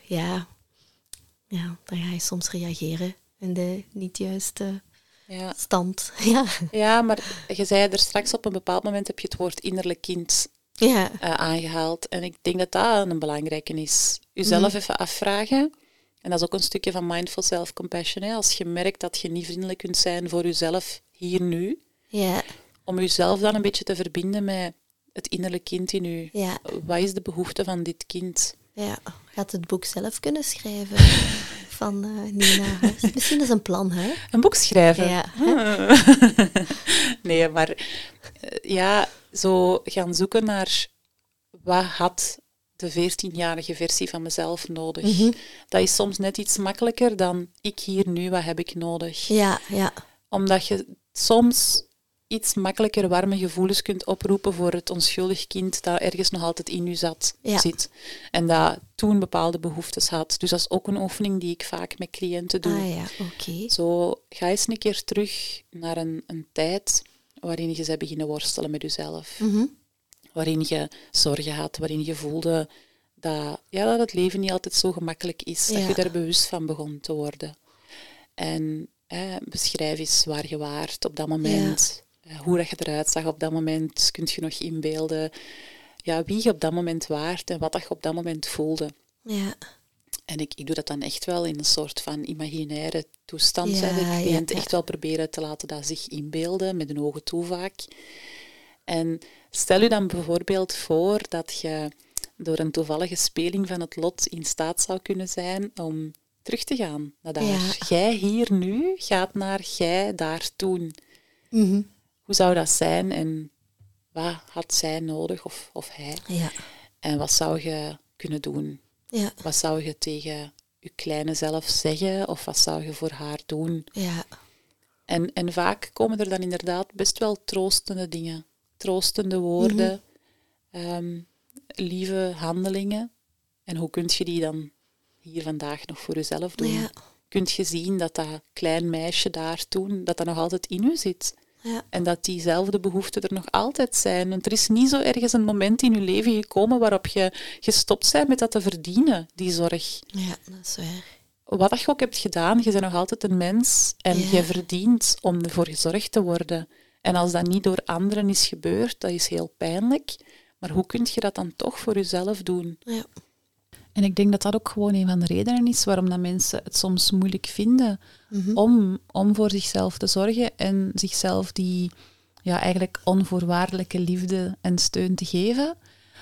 S1: dan ga je soms reageren in de niet juiste stand.
S3: Ja, maar je zei er straks op een bepaald moment heb je het woord innerlijk kind aangehaald. En ik denk dat dat een belangrijke is. Jezelf even afvragen. En dat is ook een stukje van mindful self-compassion. Hè? Als je merkt dat je niet vriendelijk kunt zijn voor jezelf hier nu. Ja. Om jezelf dan een beetje te verbinden met het innerlijk kind in u. Ja. Wat is de behoefte van dit kind?
S1: Ja, gaat het boek zelf kunnen schrijven van Nina Huis? Misschien is een plan, hè?
S3: Een boek schrijven? Ja. Nee, maar zo gaan zoeken naar wat had de 14-jarige versie van mezelf nodig. Dat is soms net iets makkelijker dan ik hier nu, wat heb ik nodig? Ja. Omdat je soms iets makkelijker warme gevoelens kunt oproepen voor het onschuldig kind dat ergens nog altijd in u zit. En dat toen bepaalde behoeftes had. Dus dat is ook een oefening die ik vaak met cliënten doe. Zo, ga eens een keer terug naar een tijd waarin je bent beginnen worstelen met jezelf. Waarin je zorgen had, waarin je voelde dat het leven niet altijd zo gemakkelijk is. Dat je daar bewust van begon te worden. En beschrijf eens waar je waart op dat moment. Hoe dat je eruit zag op dat moment. Kun je nog inbeelden wie je op dat moment waart en wat dat je op dat moment voelde. Ja. En ik doe dat dan echt wel in een soort van imaginaire toestand. De cliënt echt wel proberen te laten dat zich inbeelden, met de ogen toe vaak. En stel je dan bijvoorbeeld voor dat je door een toevallige speling van het lot in staat zou kunnen zijn om terug te gaan naar daar. Ja. Jij hier nu gaat naar jij daar toen. Hoe zou dat zijn en wat had zij nodig of hij? Ja. En wat zou je kunnen doen? Ja. Wat zou je tegen je kleine zelf zeggen of wat zou je voor haar doen? Ja. En vaak komen er dan inderdaad best wel troostende dingen. Troostende woorden, lieve handelingen. En hoe kun je die dan hier vandaag nog voor jezelf doen? Ja. Kunt je zien dat dat klein meisje daar toen, dat nog altijd in u zit? Ja. En dat diezelfde behoeften er nog altijd zijn. Want er is niet zo ergens een moment in je leven gekomen waarop je gestopt bent met dat te verdienen, die zorg.
S1: Ja, dat is waar.
S3: Wat je ook hebt gedaan, je bent nog altijd een mens en je verdient om ervoor gezorgd te worden. En als dat niet door anderen is gebeurd, dat is heel pijnlijk. Maar hoe kun je dat dan toch voor jezelf doen? Ja.
S2: En ik denk dat dat ook gewoon een van de redenen is waarom dat mensen het soms moeilijk vinden om voor zichzelf te zorgen en zichzelf die eigenlijk onvoorwaardelijke liefde en steun te geven.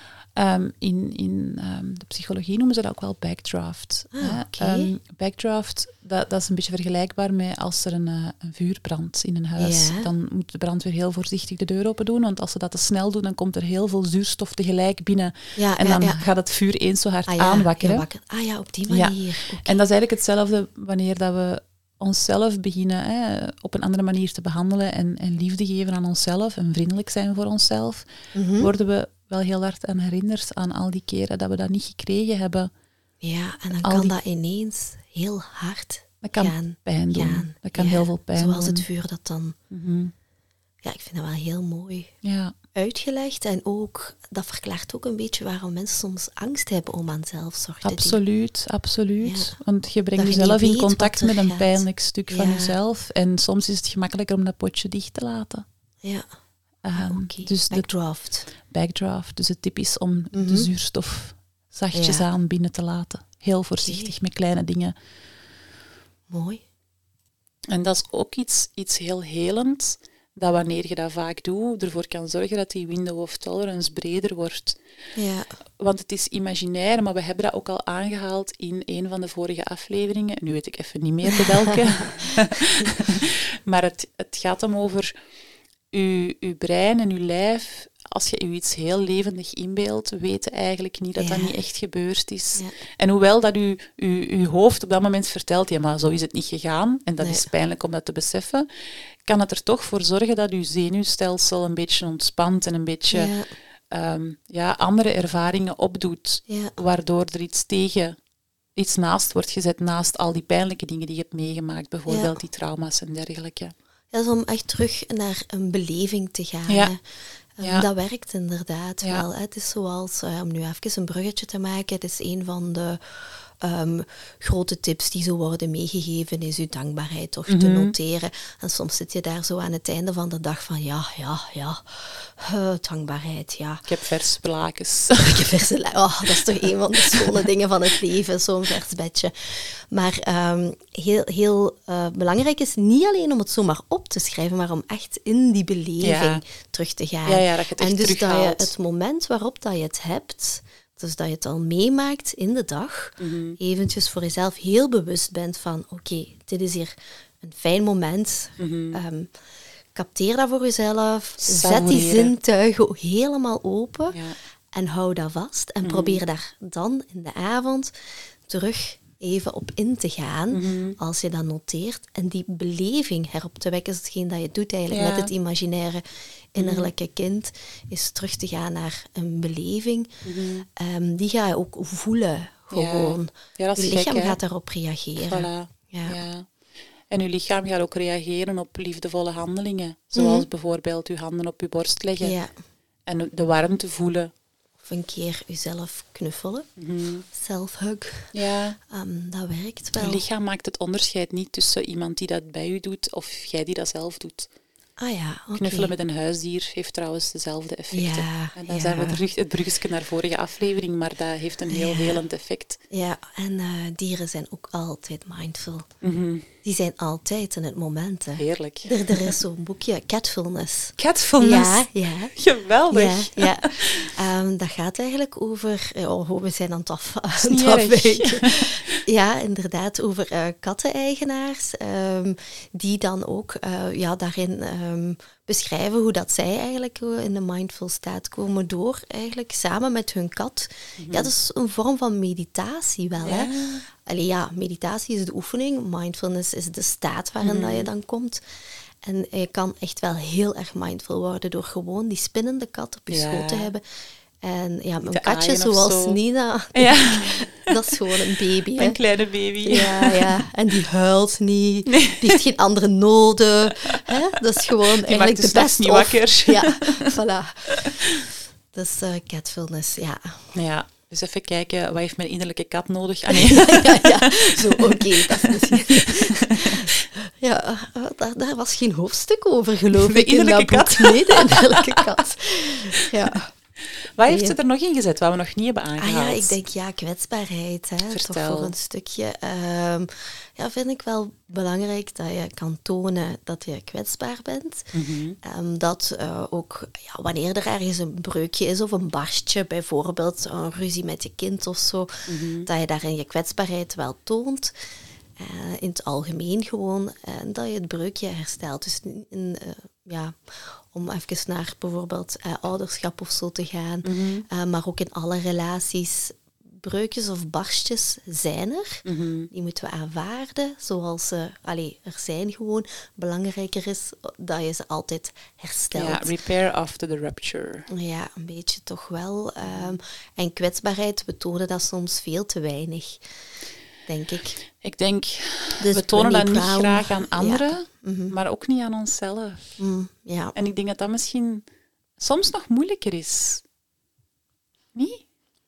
S2: In de psychologie noemen ze dat ook wel backdraft. Backdraft, dat is een beetje vergelijkbaar met als er een vuur brandt in een huis. Ja. Dan moet de brandweer heel voorzichtig de deur open doen, want als ze dat te snel doen, dan komt er heel veel zuurstof tegelijk binnen. Ja, en dan gaat het vuur eens zo hard aanwakkeren.
S1: Op die manier. Ja.
S2: Okay. En dat is eigenlijk hetzelfde wanneer dat we onszelf beginnen op een andere manier te behandelen en liefde geven aan onszelf en vriendelijk zijn voor onszelf, worden we wel heel hard aan herinnerd aan al die keren dat we dat niet gekregen hebben.
S1: Ja, en dan kan dat ineens heel hard
S2: pijn doen. Dat kan heel veel pijn doen.
S1: Zoals het vuur dat dan... Ja, ik vind dat wel heel mooi uitgelegd. En ook, dat verklaart ook een beetje waarom mensen soms angst hebben om aan zelfzorg te doen.
S2: Absoluut. Ja. Want je brengt jezelf in contact met een pijnlijk stuk van jezelf. En soms is het gemakkelijker om dat potje dicht te laten.
S1: Ja.
S2: Dus backdraft. Dus het tip is om de zuurstof zachtjes aan binnen te laten. Heel voorzichtig met kleine dingen.
S1: Mooi.
S3: En dat is ook iets heel helends, dat wanneer je dat vaak doet, ervoor kan zorgen dat die window of tolerance breder wordt. Ja. Want het is imaginair, maar we hebben dat ook al aangehaald in een van de vorige afleveringen. Nu weet ik even niet meer de welke. Maar het gaat om over uw brein en uw lijf. Als je u iets heel levendig inbeeldt, weten eigenlijk niet dat dat niet echt gebeurd is. Ja. En hoewel dat uw hoofd op dat moment vertelt, maar zo is het niet gegaan, en dat is pijnlijk om dat te beseffen, kan het er toch voor zorgen dat uw zenuwstelsel een beetje ontspant en een beetje andere ervaringen opdoet, waardoor er iets tegen iets naast wordt gezet, naast al die pijnlijke dingen die je hebt meegemaakt, bijvoorbeeld die trauma's en dergelijke.
S1: Ja, dus om echt terug naar een beleving te gaan.
S3: Ja.
S1: Dat werkt inderdaad wel. Het is zoals, om nu even een bruggetje te maken, het is een van de grote tips die zo worden meegegeven, is uw dankbaarheid toch te noteren. En soms zit je daar zo aan het einde van de dag van, dankbaarheid, ja.
S3: Ik heb verse lakens.
S1: Ik heb verse lakens. Dat is toch een van de schone dingen van het leven, zo'n vers bedje. Maar heel belangrijk is niet alleen om het zomaar op te schrijven, maar om echt in die beleving terug te gaan.
S3: Ja, dat je het echt
S1: en dus
S3: terughaalt.
S1: dat je het moment waarop dat je het hebt, dus dat je het al meemaakt in de dag, eventjes voor jezelf heel bewust bent van, oké, dit is hier een fijn moment. Capteer dat voor jezelf. Zet die zintuigen helemaal open en hou dat vast. En probeer daar dan in de avond terug even op in te gaan, als je dat noteert. En die beleving herop te wekken, is hetgeen dat je doet eigenlijk met het imaginaire innerlijke kind, is terug te gaan naar een beleving. Die ga je ook voelen, gewoon.
S3: Ja, dat is
S1: je lichaam
S3: gek,
S1: gaat daarop reageren.
S3: Voilà. Ja. En uw lichaam gaat ook reageren op liefdevolle handelingen. Zoals bijvoorbeeld uw handen op uw borst leggen.
S1: Ja.
S3: En de warmte voelen.
S1: Of een keer jezelf knuffelen. Self-hug.
S3: Ja.
S1: Dat werkt wel.
S3: Uw lichaam maakt het onderscheid niet tussen iemand die dat bij u doet of jij die dat zelf doet.
S1: Ah ja, oké.
S3: Knuffelen met een huisdier heeft trouwens dezelfde effecten.
S1: Ja,
S3: en dan zijn we terug het bruggetje naar vorige aflevering, maar dat heeft een heel helend effect.
S1: Ja, en dieren zijn ook altijd mindful. Die zijn altijd in het moment. Hè.
S3: Heerlijk.
S1: Er is zo'n boekje, Catfulness.
S3: Catfulness?
S1: Ja.
S3: Geweldig.
S1: Ja. Dat gaat eigenlijk over... we zijn aan het
S3: Niet
S1: afwijken. Ja, inderdaad, over katteneigenaars. Die dan ook daarin beschrijven hoe dat zij eigenlijk in de mindful staat komen door eigenlijk samen met hun kat. Ja, dat is een vorm van meditatie wel.
S3: Ja.
S1: Hè? Allee, meditatie is de oefening. Mindfulness is de staat waarin dat je dan komt. En je kan echt wel heel erg mindful worden door gewoon die spinnende kat op je schoot te hebben. En mijn katje zoals Nina, dat is gewoon een baby.
S3: Een kleine baby.
S1: Ja. En die huilt niet. Nee. Die heeft geen andere noden. Hè? Dat is gewoon
S3: die
S1: eigenlijk de best
S3: niet wakker.
S1: Ja, voilà. Dus catfulness,
S3: Ja. Dus even kijken, wat heeft mijn innerlijke kat nodig?
S1: Ah, nee. Zo, oké, dat is misschien... Ja, daar was geen hoofdstuk over, geloof ik.
S3: De innerlijke kat.
S1: Nee, de innerlijke kat. Ja.
S3: Wat heeft ze er nog in gezet, wat we nog niet hebben aangehaald?
S1: Ik denk, kwetsbaarheid. Hè,
S3: Vertel.
S1: toch voor een stukje. Vind ik wel belangrijk dat je kan tonen dat je kwetsbaar bent. Dat ook, wanneer er ergens een breukje is of een barstje, bijvoorbeeld een ruzie met je kind of zo, dat je daarin je kwetsbaarheid wel toont. In het algemeen gewoon, dat je het breukje herstelt. Dus om even naar bijvoorbeeld ouderschap of zo te gaan, maar ook in alle relaties, breukjes of barstjes zijn er. Die moeten we aanvaarden, zoals ze er zijn gewoon. Belangrijker is dat je ze altijd herstelt.
S3: Ja, repair after the rupture.
S1: Ja, een beetje toch wel. En kwetsbaarheid, we tonen dat soms veel te weinig, denk ik.
S3: Ik denk,
S1: dus
S3: we tonen dat niet
S1: Brown,
S3: graag aan anderen, maar ook niet aan onszelf.
S1: Ja.
S3: En ik denk dat dat misschien soms nog moeilijker is. Niet?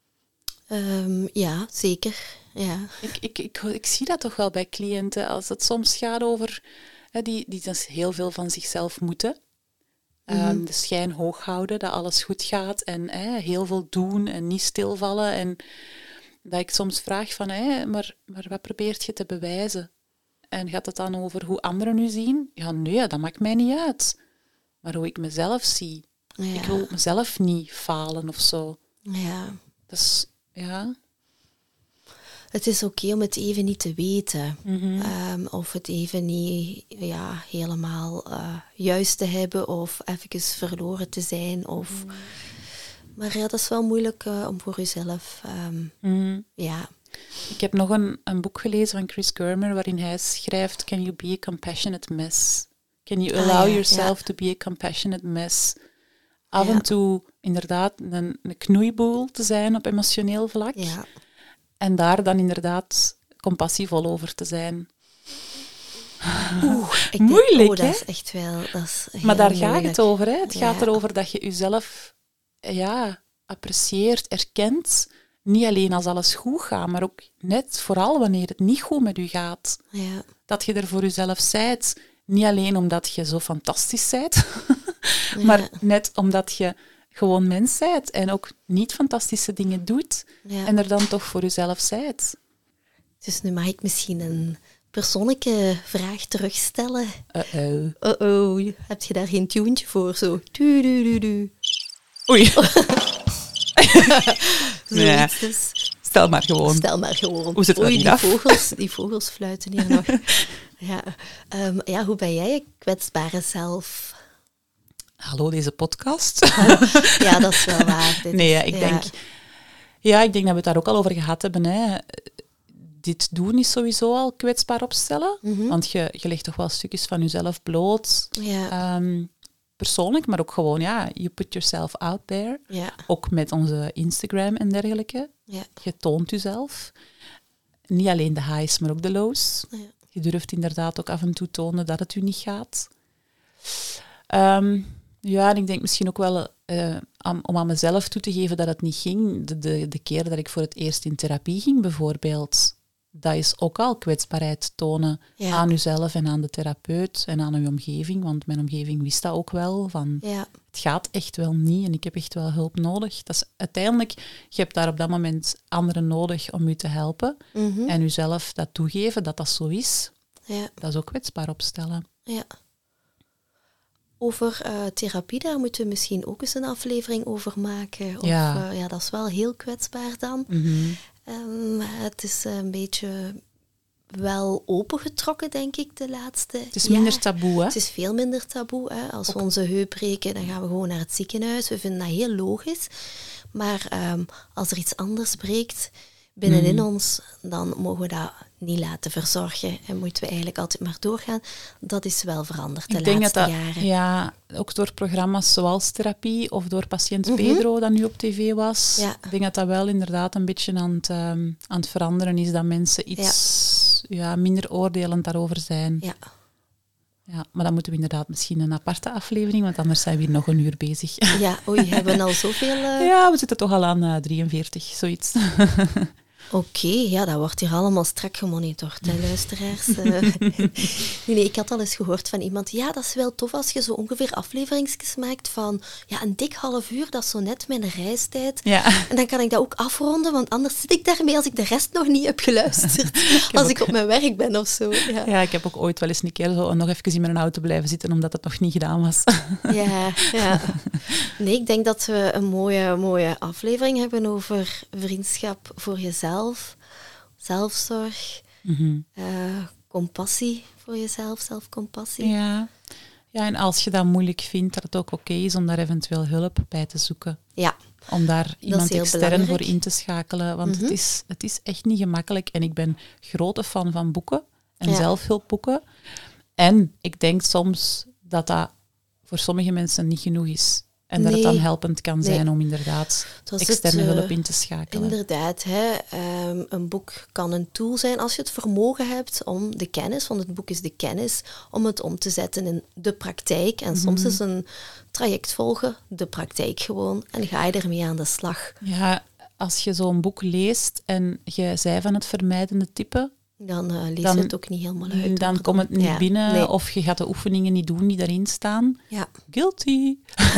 S1: Ja, zeker. Ja.
S3: Ik zie dat toch wel bij cliënten, als het soms gaat over... die dus heel veel van zichzelf moeten. De schijn hoog houden, dat alles goed gaat. En heel veel doen en niet stilvallen. En dat ik soms vraag van, maar wat probeert je te bewijzen? En gaat het dan over hoe anderen u zien? Ja, nee, dat maakt mij niet uit. Maar hoe ik mezelf zie. Ja. Ik wil mezelf niet falen of zo.
S1: Ja.
S3: Dus, ja.
S1: Het is oké om het even niet te weten. Of het even niet helemaal juist te hebben. Of even verloren te zijn. Of... Maar dat is wel moeilijk om voor jezelf... Ja.
S3: Ik heb nog een boek gelezen van Chris Germer waarin hij schrijft: Can you be a compassionate mess? Can you allow yourself to be a compassionate mess? Af en toe inderdaad een knoeiboel te zijn op emotioneel vlak.
S1: Ja.
S2: En daar dan inderdaad compassievol over te zijn.
S1: Moeilijk, hè? Dat is echt wel...
S2: Maar daar gaat het over, hè? Het gaat erover dat je jezelf apprecieert, erkent. Niet alleen als alles goed gaat, maar ook net vooral wanneer het niet goed met u gaat.
S1: Ja.
S2: Dat je er voor jezelf zijt. Niet alleen omdat je zo fantastisch zijt, maar net omdat je gewoon mens zijt en ook niet fantastische dingen doet en er dan toch voor jezelf zijt.
S1: Dus nu mag ik misschien een persoonlijke vraag terugstellen. Heb je daar geen tuentje voor? Zo.
S2: Oei.
S1: Nee.
S2: Stel maar gewoon. Hoe zit het af?
S1: Die vogels fluiten hier nog. Hoe ben jij je kwetsbare zelf?
S2: Hallo, deze podcast.
S1: Ja, dat is wel waar.
S2: Ik denk dat we het daar ook al over gehad hebben. Hè. Dit doen is sowieso al kwetsbaar opstellen. Mm-hmm. Want je legt toch wel stukjes van jezelf bloot.
S1: Ja.
S2: Persoonlijk, maar ook gewoon, you put yourself out there.
S1: Ja.
S2: Ook met onze Instagram en dergelijke.
S1: Ja. Je
S2: toont jezelf. Niet alleen de highs, maar ook de lows.
S1: Ja.
S2: Je durft inderdaad ook af en toe tonen dat het u niet gaat. En ik denk misschien ook wel om aan mezelf toe te geven dat het niet ging. De keer dat ik voor het eerst in therapie ging, bijvoorbeeld, dat is ook al kwetsbaarheid tonen aan uzelf en aan de therapeut en aan uw omgeving. Want mijn omgeving wist dat ook wel. Het gaat echt wel niet en ik heb echt wel hulp nodig. Dat is uiteindelijk, je hebt daar op dat moment anderen nodig om u te helpen. Mm-hmm. En uzelf dat toegeven dat dat zo is.
S1: Ja.
S2: Dat is ook kwetsbaar opstellen.
S1: Ja. Over therapie, daar moeten we misschien ook eens een aflevering over maken. Dat is wel heel kwetsbaar dan.
S2: Mm-hmm.
S1: Het is een beetje wel opengetrokken, denk ik, de laatste
S2: Het is minder taboe, hè?
S1: Het is veel minder taboe. Hè? Als we onze heup breken, dan gaan we gewoon naar het ziekenhuis. We vinden dat heel logisch. Maar als er iets anders breekt binnenin ons, dan mogen we dat niet laten verzorgen. En moeten we eigenlijk altijd maar doorgaan. Dat is wel veranderd de laatste jaren.
S2: Ja, ook door programma's zoals therapie of door patiënt Pedro, dat nu op tv was.
S1: Ja.
S2: Ik denk dat dat wel inderdaad een beetje aan het veranderen is. Dat mensen iets minder oordelend daarover zijn.
S1: Ja.
S2: Ja, maar dan moeten we inderdaad misschien een aparte aflevering, want anders zijn we hier nog een uur bezig.
S1: Ja, hebben we al zoveel...
S2: Ja, we zitten toch al aan 43, zoiets.
S1: Oké, dat wordt hier allemaal strak gemonitord, hè, luisteraars. Nee, ik had al eens gehoord van iemand, dat is wel tof als je zo ongeveer afleveringsjes maakt van een dik half uur, dat is zo net mijn reistijd.
S2: Ja.
S1: En dan kan ik dat ook afronden, want anders zit ik daarmee als ik de rest nog niet heb geluisterd. Als ik op mijn werk ben of zo.
S2: Ja, ik heb ook ooit wel eens een keer zo nog even in mijn auto blijven zitten, omdat het nog niet gedaan was.
S1: Ja. Nee, ik denk dat we een mooie aflevering hebben over vriendschap voor jezelf, zelfzorg, compassie voor jezelf, zelfcompassie.
S2: Ja, en als je dat moeilijk vindt, dat het ook oké is om daar eventueel hulp bij te zoeken.
S1: Ja.
S2: Om daar iemand extern voor in te schakelen, want het is echt niet gemakkelijk. En ik ben grote fan van boeken en zelfhulpboeken. En ik denk soms dat dat voor sommige mensen niet genoeg is. En dat het dan helpend kan zijn om inderdaad externe hulp in te schakelen.
S1: Inderdaad, een boek kan een tool zijn als je het vermogen hebt om de kennis, want het boek is de kennis, om het om te zetten in de praktijk. En soms is een traject volgen de praktijk gewoon en ga je ermee aan de slag.
S2: Ja, als je zo'n boek leest en je zei van het vermijdende type,
S1: dan lees je het ook niet helemaal uit.
S2: Dan komt het niet binnen of je gaat de oefeningen niet doen die daarin staan.
S1: Ja.
S2: Guilty.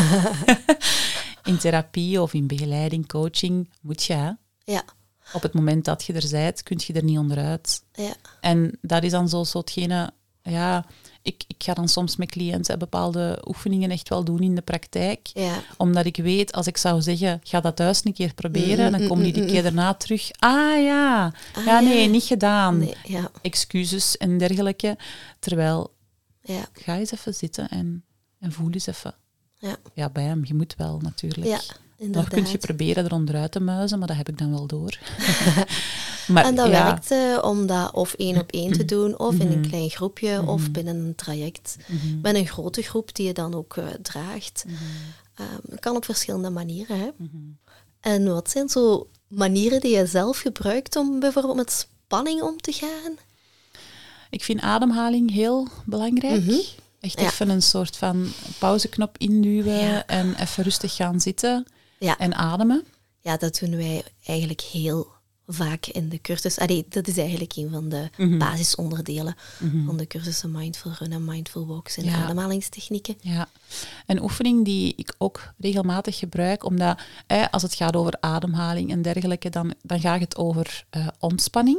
S2: In therapie of in begeleiding, coaching, moet je. Hè?
S1: Ja.
S2: Op het moment dat je er bent, kun je er niet onderuit.
S1: Ja.
S2: En dat is dan zo hetgene... Ja, ik ga dan soms met cliënten bepaalde oefeningen echt wel doen in de praktijk.
S1: Ja.
S2: Omdat ik weet, als ik zou zeggen, ga dat thuis een keer proberen, dan komen die keer daarna terug. Nee, niet gedaan.
S1: Nee, ja.
S2: Excuses en dergelijke. Terwijl, ga eens even zitten en voel eens even. Ja, bij hem, je moet wel natuurlijk.
S1: Ja, inderdaad.
S2: Nog kun je proberen er onderuit te muizen, maar dat heb ik dan wel door. Maar,
S1: en dat werkt om dat of 1 op 1 te doen, of in een klein groepje, of binnen een traject. Met een grote groep die je dan ook draagt. Dat kan op verschillende manieren. Hè? En wat zijn zo manieren die je zelf gebruikt om bijvoorbeeld met spanning om te gaan?
S2: Ik vind ademhaling heel belangrijk. Echt even een soort van pauzeknop induwen en even rustig gaan zitten en ademen. Ja,
S1: dat doen wij eigenlijk heel vaak in de cursus. Dat is eigenlijk een van de basisonderdelen van de cursussen Mindful Run en Mindful Walks en ademhalingstechnieken.
S2: Ja, een oefening die ik ook regelmatig gebruik, omdat als het gaat over ademhaling en dergelijke, dan gaat het over ontspanning.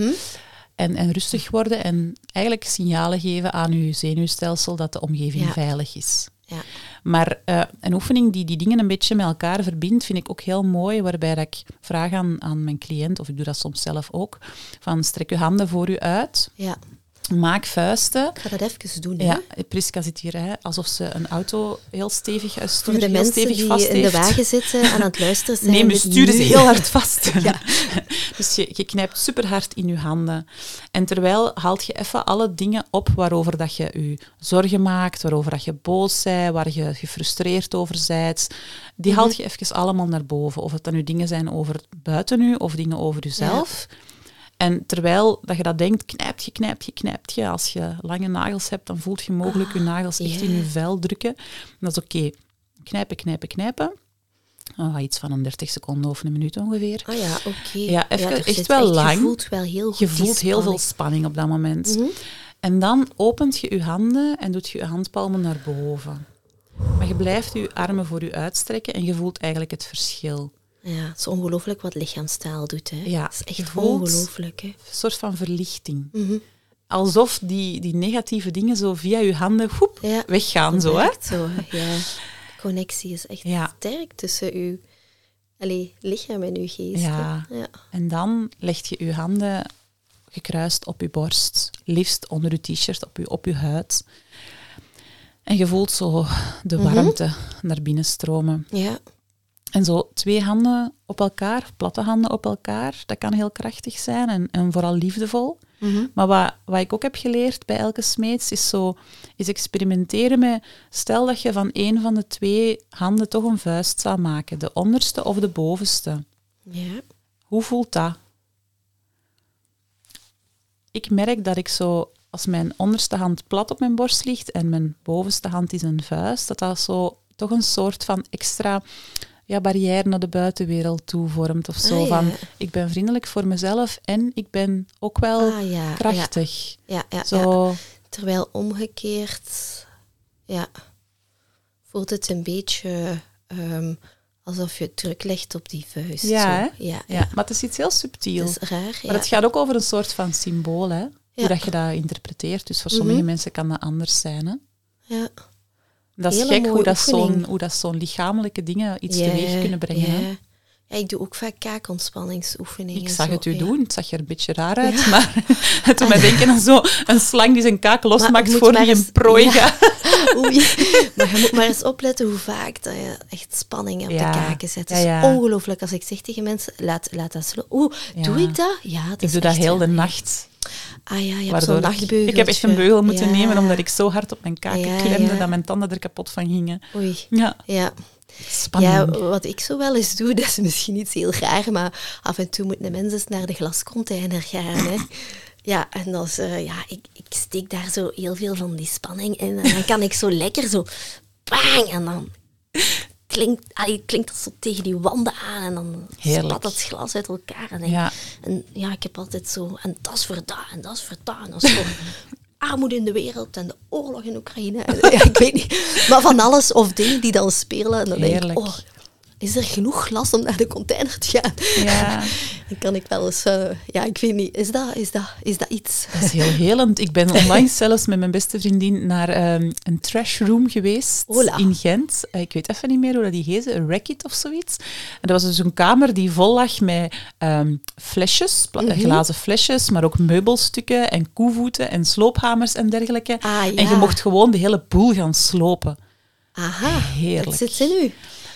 S2: En rustig worden en eigenlijk signalen geven aan je zenuwstelsel dat de omgeving veilig is. Ja. Maar een oefening die dingen een beetje met elkaar verbindt, vind ik ook heel mooi, waarbij dat ik vraag aan mijn cliënt, of ik doe dat soms zelf ook, van strek je handen voor je uit. Ja. Maak vuisten.
S1: Ik ga dat even doen.
S2: Ja, Priska zit hier, alsof ze een auto heel stevig stuurt.
S1: Voor de mensen die in de wagen zitten en aan het luisteren zijn.
S2: Nee, we sturen ze heel hard vast. Ja. Dus je knijpt super hard in je handen. En terwijl haalt je even alle dingen op waarover dat je je zorgen maakt, waarover dat je boos bent, waar je gefrustreerd over bent. Die haalt je even allemaal naar boven. Of het dan nu dingen zijn over buiten u of dingen over jezelf. Ja. En terwijl dat je dat denkt, knijpt je. Als je lange nagels hebt, dan voelt je mogelijk je nagels echt in je vel drukken. Dat is oké. Knijpen. Iets van een 30 seconden of een minuut ongeveer.
S1: Oké.
S2: Ja, echt wel lang.
S1: Je voelt wel heel goed.
S2: Je voelt heel veel spanning op dat moment. En dan opent je je handen en doet je je handpalmen naar boven. Maar je blijft je armen voor je uitstrekken en je voelt eigenlijk het verschil.
S1: Ja, het is ongelooflijk wat lichaamstaal doet. Hè?
S2: Ja,
S1: het is echt ongelooflijk. Hè?
S2: Een soort van verlichting. Alsof die negatieve dingen zo via je handen weggaan. Zo, hè?
S1: Zo, ja. De connectie is echt sterk tussen uw lichaam en uw geest.
S2: Ja. En dan leg je je handen gekruist op je borst, liefst onder je t-shirt, op je huid. En je voelt zo de warmte naar binnen stromen.
S1: Ja.
S2: En zo 2 handen op elkaar, platte handen op elkaar, dat kan heel krachtig zijn en vooral liefdevol. Maar wat ik ook heb geleerd bij Elke Smeets is experimenteren met, stel dat je van 1 van de 2 handen toch een vuist zou maken, de onderste of de bovenste.
S1: Ja.
S2: Hoe voelt dat? Ik merk dat ik zo, als mijn onderste hand plat op mijn borst ligt en mijn bovenste hand is een vuist, dat zo toch een soort van extra barrière naar de buitenwereld toe vormt of zo. Van, ik ben vriendelijk voor mezelf en ik ben ook wel krachtig.
S1: Ja.
S2: Zo.
S1: Terwijl omgekeerd voelt het een beetje alsof je druk legt op die vuist.
S2: Ja, maar het is iets heel subtiel.
S1: Het is raar,
S2: Maar het gaat ook over een soort van symbool, hè? Hoe dat je dat interpreteert. Dus voor sommige mensen kan dat anders zijn. Hè?
S1: Ja.
S2: Dat is gek hoe dat zo'n lichamelijke dingen iets teweeg kunnen brengen.
S1: Ja. Ja, ik doe ook vaak kaakontspanningsoefeningen.
S2: Ik zag het u doen. Het zag er een beetje raar uit, maar het doet mij denken aan zo'n slang die zijn kaak losmaakt voor die een prooi gaat.
S1: Oei. Maar je moet maar eens opletten hoe vaak dat je echt spanning op de kaken zet. Het is ongelooflijk als ik zeg tegen mensen, laat dat slopen. Doe ik dat? Ja, dat
S2: ik doe dat heel de nacht.
S1: Je hebt zo'n nachtbeugeltje.
S2: Ik heb echt een beugel moeten nemen, omdat ik zo hard op mijn kaken klemde dat mijn tanden er kapot van gingen.
S1: Oei.
S2: Ja. Spanning.
S1: Ja, wat ik zo wel eens doe, dat is misschien iets heel raar, maar af en toe moeten de mensen naar de glascontainer gaan. Hè. Ja, en dat is, ik steek daar zo heel veel van die spanning in. En dan kan ik zo lekker zo... Bang! En dan klinkt dat zo tegen die wanden aan. En dan spat dat glas uit elkaar. En ik heb altijd zo... En dat is voor dat, en dat is voor dat. En dat is voor armoede in de wereld en de oorlog in Oekraïne. Ik weet niet. Maar van alles, of dingen die dan spelen. En dan denk ik, is er genoeg glas om naar de container te gaan?
S2: Ja.
S1: Dan kan ik wel eens... ik weet niet. Is dat iets?
S2: Dat is heel helend. Ik ben onlangs zelfs met mijn beste vriendin naar een trashroom geweest in Gent. Ik weet even niet meer hoe dat die heette. Een Racket of zoiets. En dat was dus een kamer die vol lag met flesjes, glazen flesjes, maar ook meubelstukken en koevoeten en sloophamers en dergelijke. En je mocht gewoon de hele boel gaan slopen.
S1: Aha,
S2: heerlijk.
S1: Dat zit in u.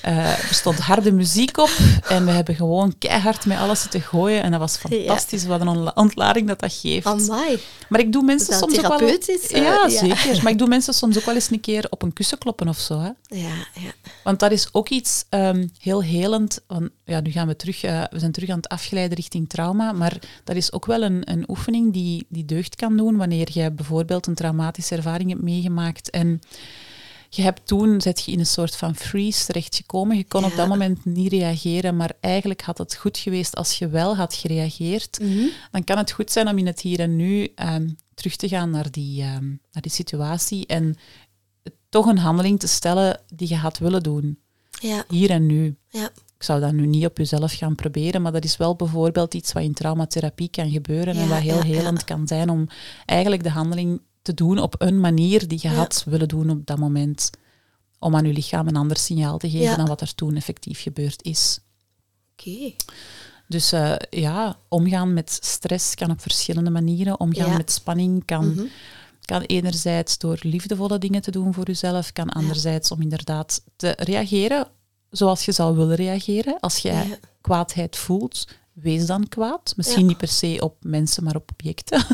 S2: Er stond harde muziek op en we hebben gewoon keihard met alles zitten gooien. En dat was fantastisch. Wat een ontlading dat geeft.
S1: Amai.
S2: Maar ik doe mensen soms ook wel...
S1: Ja,
S2: zeker. Maar ik doe mensen soms ook wel eens een keer op een kussen kloppen of zo. Hè.
S1: Ja.
S2: Want dat is ook iets heel helend. Want, nu gaan we terug... we zijn terug aan het afgeleiden richting trauma. Maar dat is ook wel een oefening die deugd kan doen wanneer je bijvoorbeeld een traumatische ervaring hebt meegemaakt en zet je in een soort van freeze terechtgekomen. Je kon op dat moment niet reageren, maar eigenlijk had het goed geweest als je wel had gereageerd. Mm-hmm. Dan kan het goed zijn om in het hier en nu terug te gaan naar die situatie en toch een handeling te stellen die je had willen doen. Ja. Hier en nu. Ja. Ik zou dat nu niet op jezelf gaan proberen, maar dat is wel bijvoorbeeld iets wat in traumatherapie kan gebeuren en wat heel helend kan zijn om eigenlijk de handeling te doen op een manier die je had willen doen op dat moment. Om aan je lichaam een ander signaal te geven dan wat er toen effectief gebeurd is.
S1: Oké.
S2: Dus omgaan met stress kan op verschillende manieren. Omgaan met spanning kan enerzijds door liefdevolle dingen te doen voor jezelf, kan anderzijds om inderdaad te reageren zoals je zou willen reageren. Als jij kwaadheid voelt, wees dan kwaad. Misschien niet per se op mensen, maar op objecten.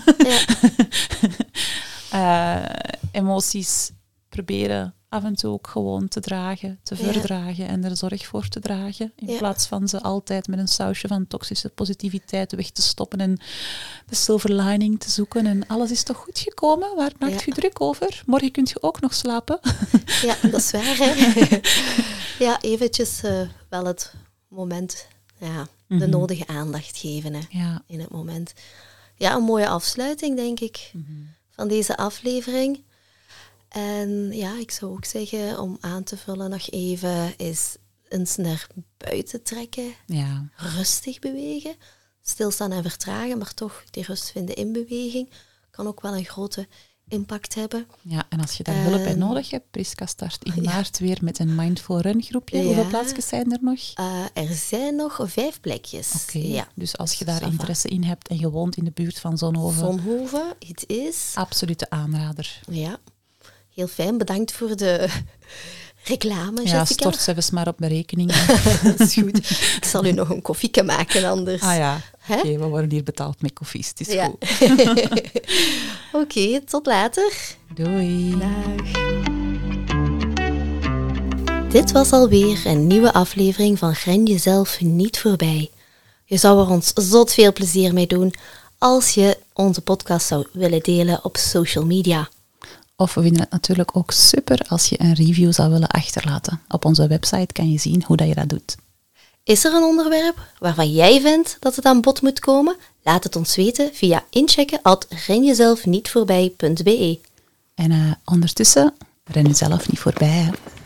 S2: Emoties proberen af en toe ook gewoon te dragen, te verdragen en er zorg voor te dragen. In plaats van ze altijd met een sausje van toxische positiviteit weg te stoppen en de silver lining te zoeken. En alles is toch goed gekomen? Waar maakt je druk over? Morgen kunt je ook nog slapen.
S1: Ja, dat is waar, hè? Ja, eventjes wel het moment, de nodige aandacht geven in het moment. Ja, een mooie afsluiting, denk ik, van deze aflevering. En ik zou ook zeggen, om aan te vullen nog even, is eens naar buiten trekken. Ja. Rustig bewegen. Stilstaan en vertragen, maar toch die rust vinden in beweging. Kan ook wel een grote impact hebben.
S2: Ja, en als je daar hulp bij nodig hebt, Priska start in maart weer met een Mindful Run groepje. Hoeveel plaatsjes zijn er nog?
S1: Er zijn nog 5 plekjes.
S2: Oké. Dus als je daar interesse in hebt en je woont in de buurt van Zonhoven.
S1: Zonhoven, het is...
S2: Absolute aanrader.
S1: Ja. Heel fijn, bedankt voor de reclame, Jessica.
S2: Ja, stort ze even maar op mijn rekening.
S1: Dat is goed. Ik zal u nog een koffieke maken anders.
S2: Ah ja, oké, we worden hier betaald met koffies, het is goed.
S1: Oké, tot later.
S2: Doei.
S1: Dag. Dit was alweer een nieuwe aflevering van Ren jezelf niet voorbij. Je zou er ons zot veel plezier mee doen als je onze podcast zou willen delen op social media.
S2: Of we vinden het natuurlijk ook super als je een review zou willen achterlaten. Op onze website kan je zien hoe dat je dat doet.
S1: Is er een onderwerp waarvan jij vindt dat het aan bod moet komen? Laat het ons weten via inchecken@renjezelfnietvoorbij.be.
S2: En ondertussen, ren jezelf niet voorbij. Hè.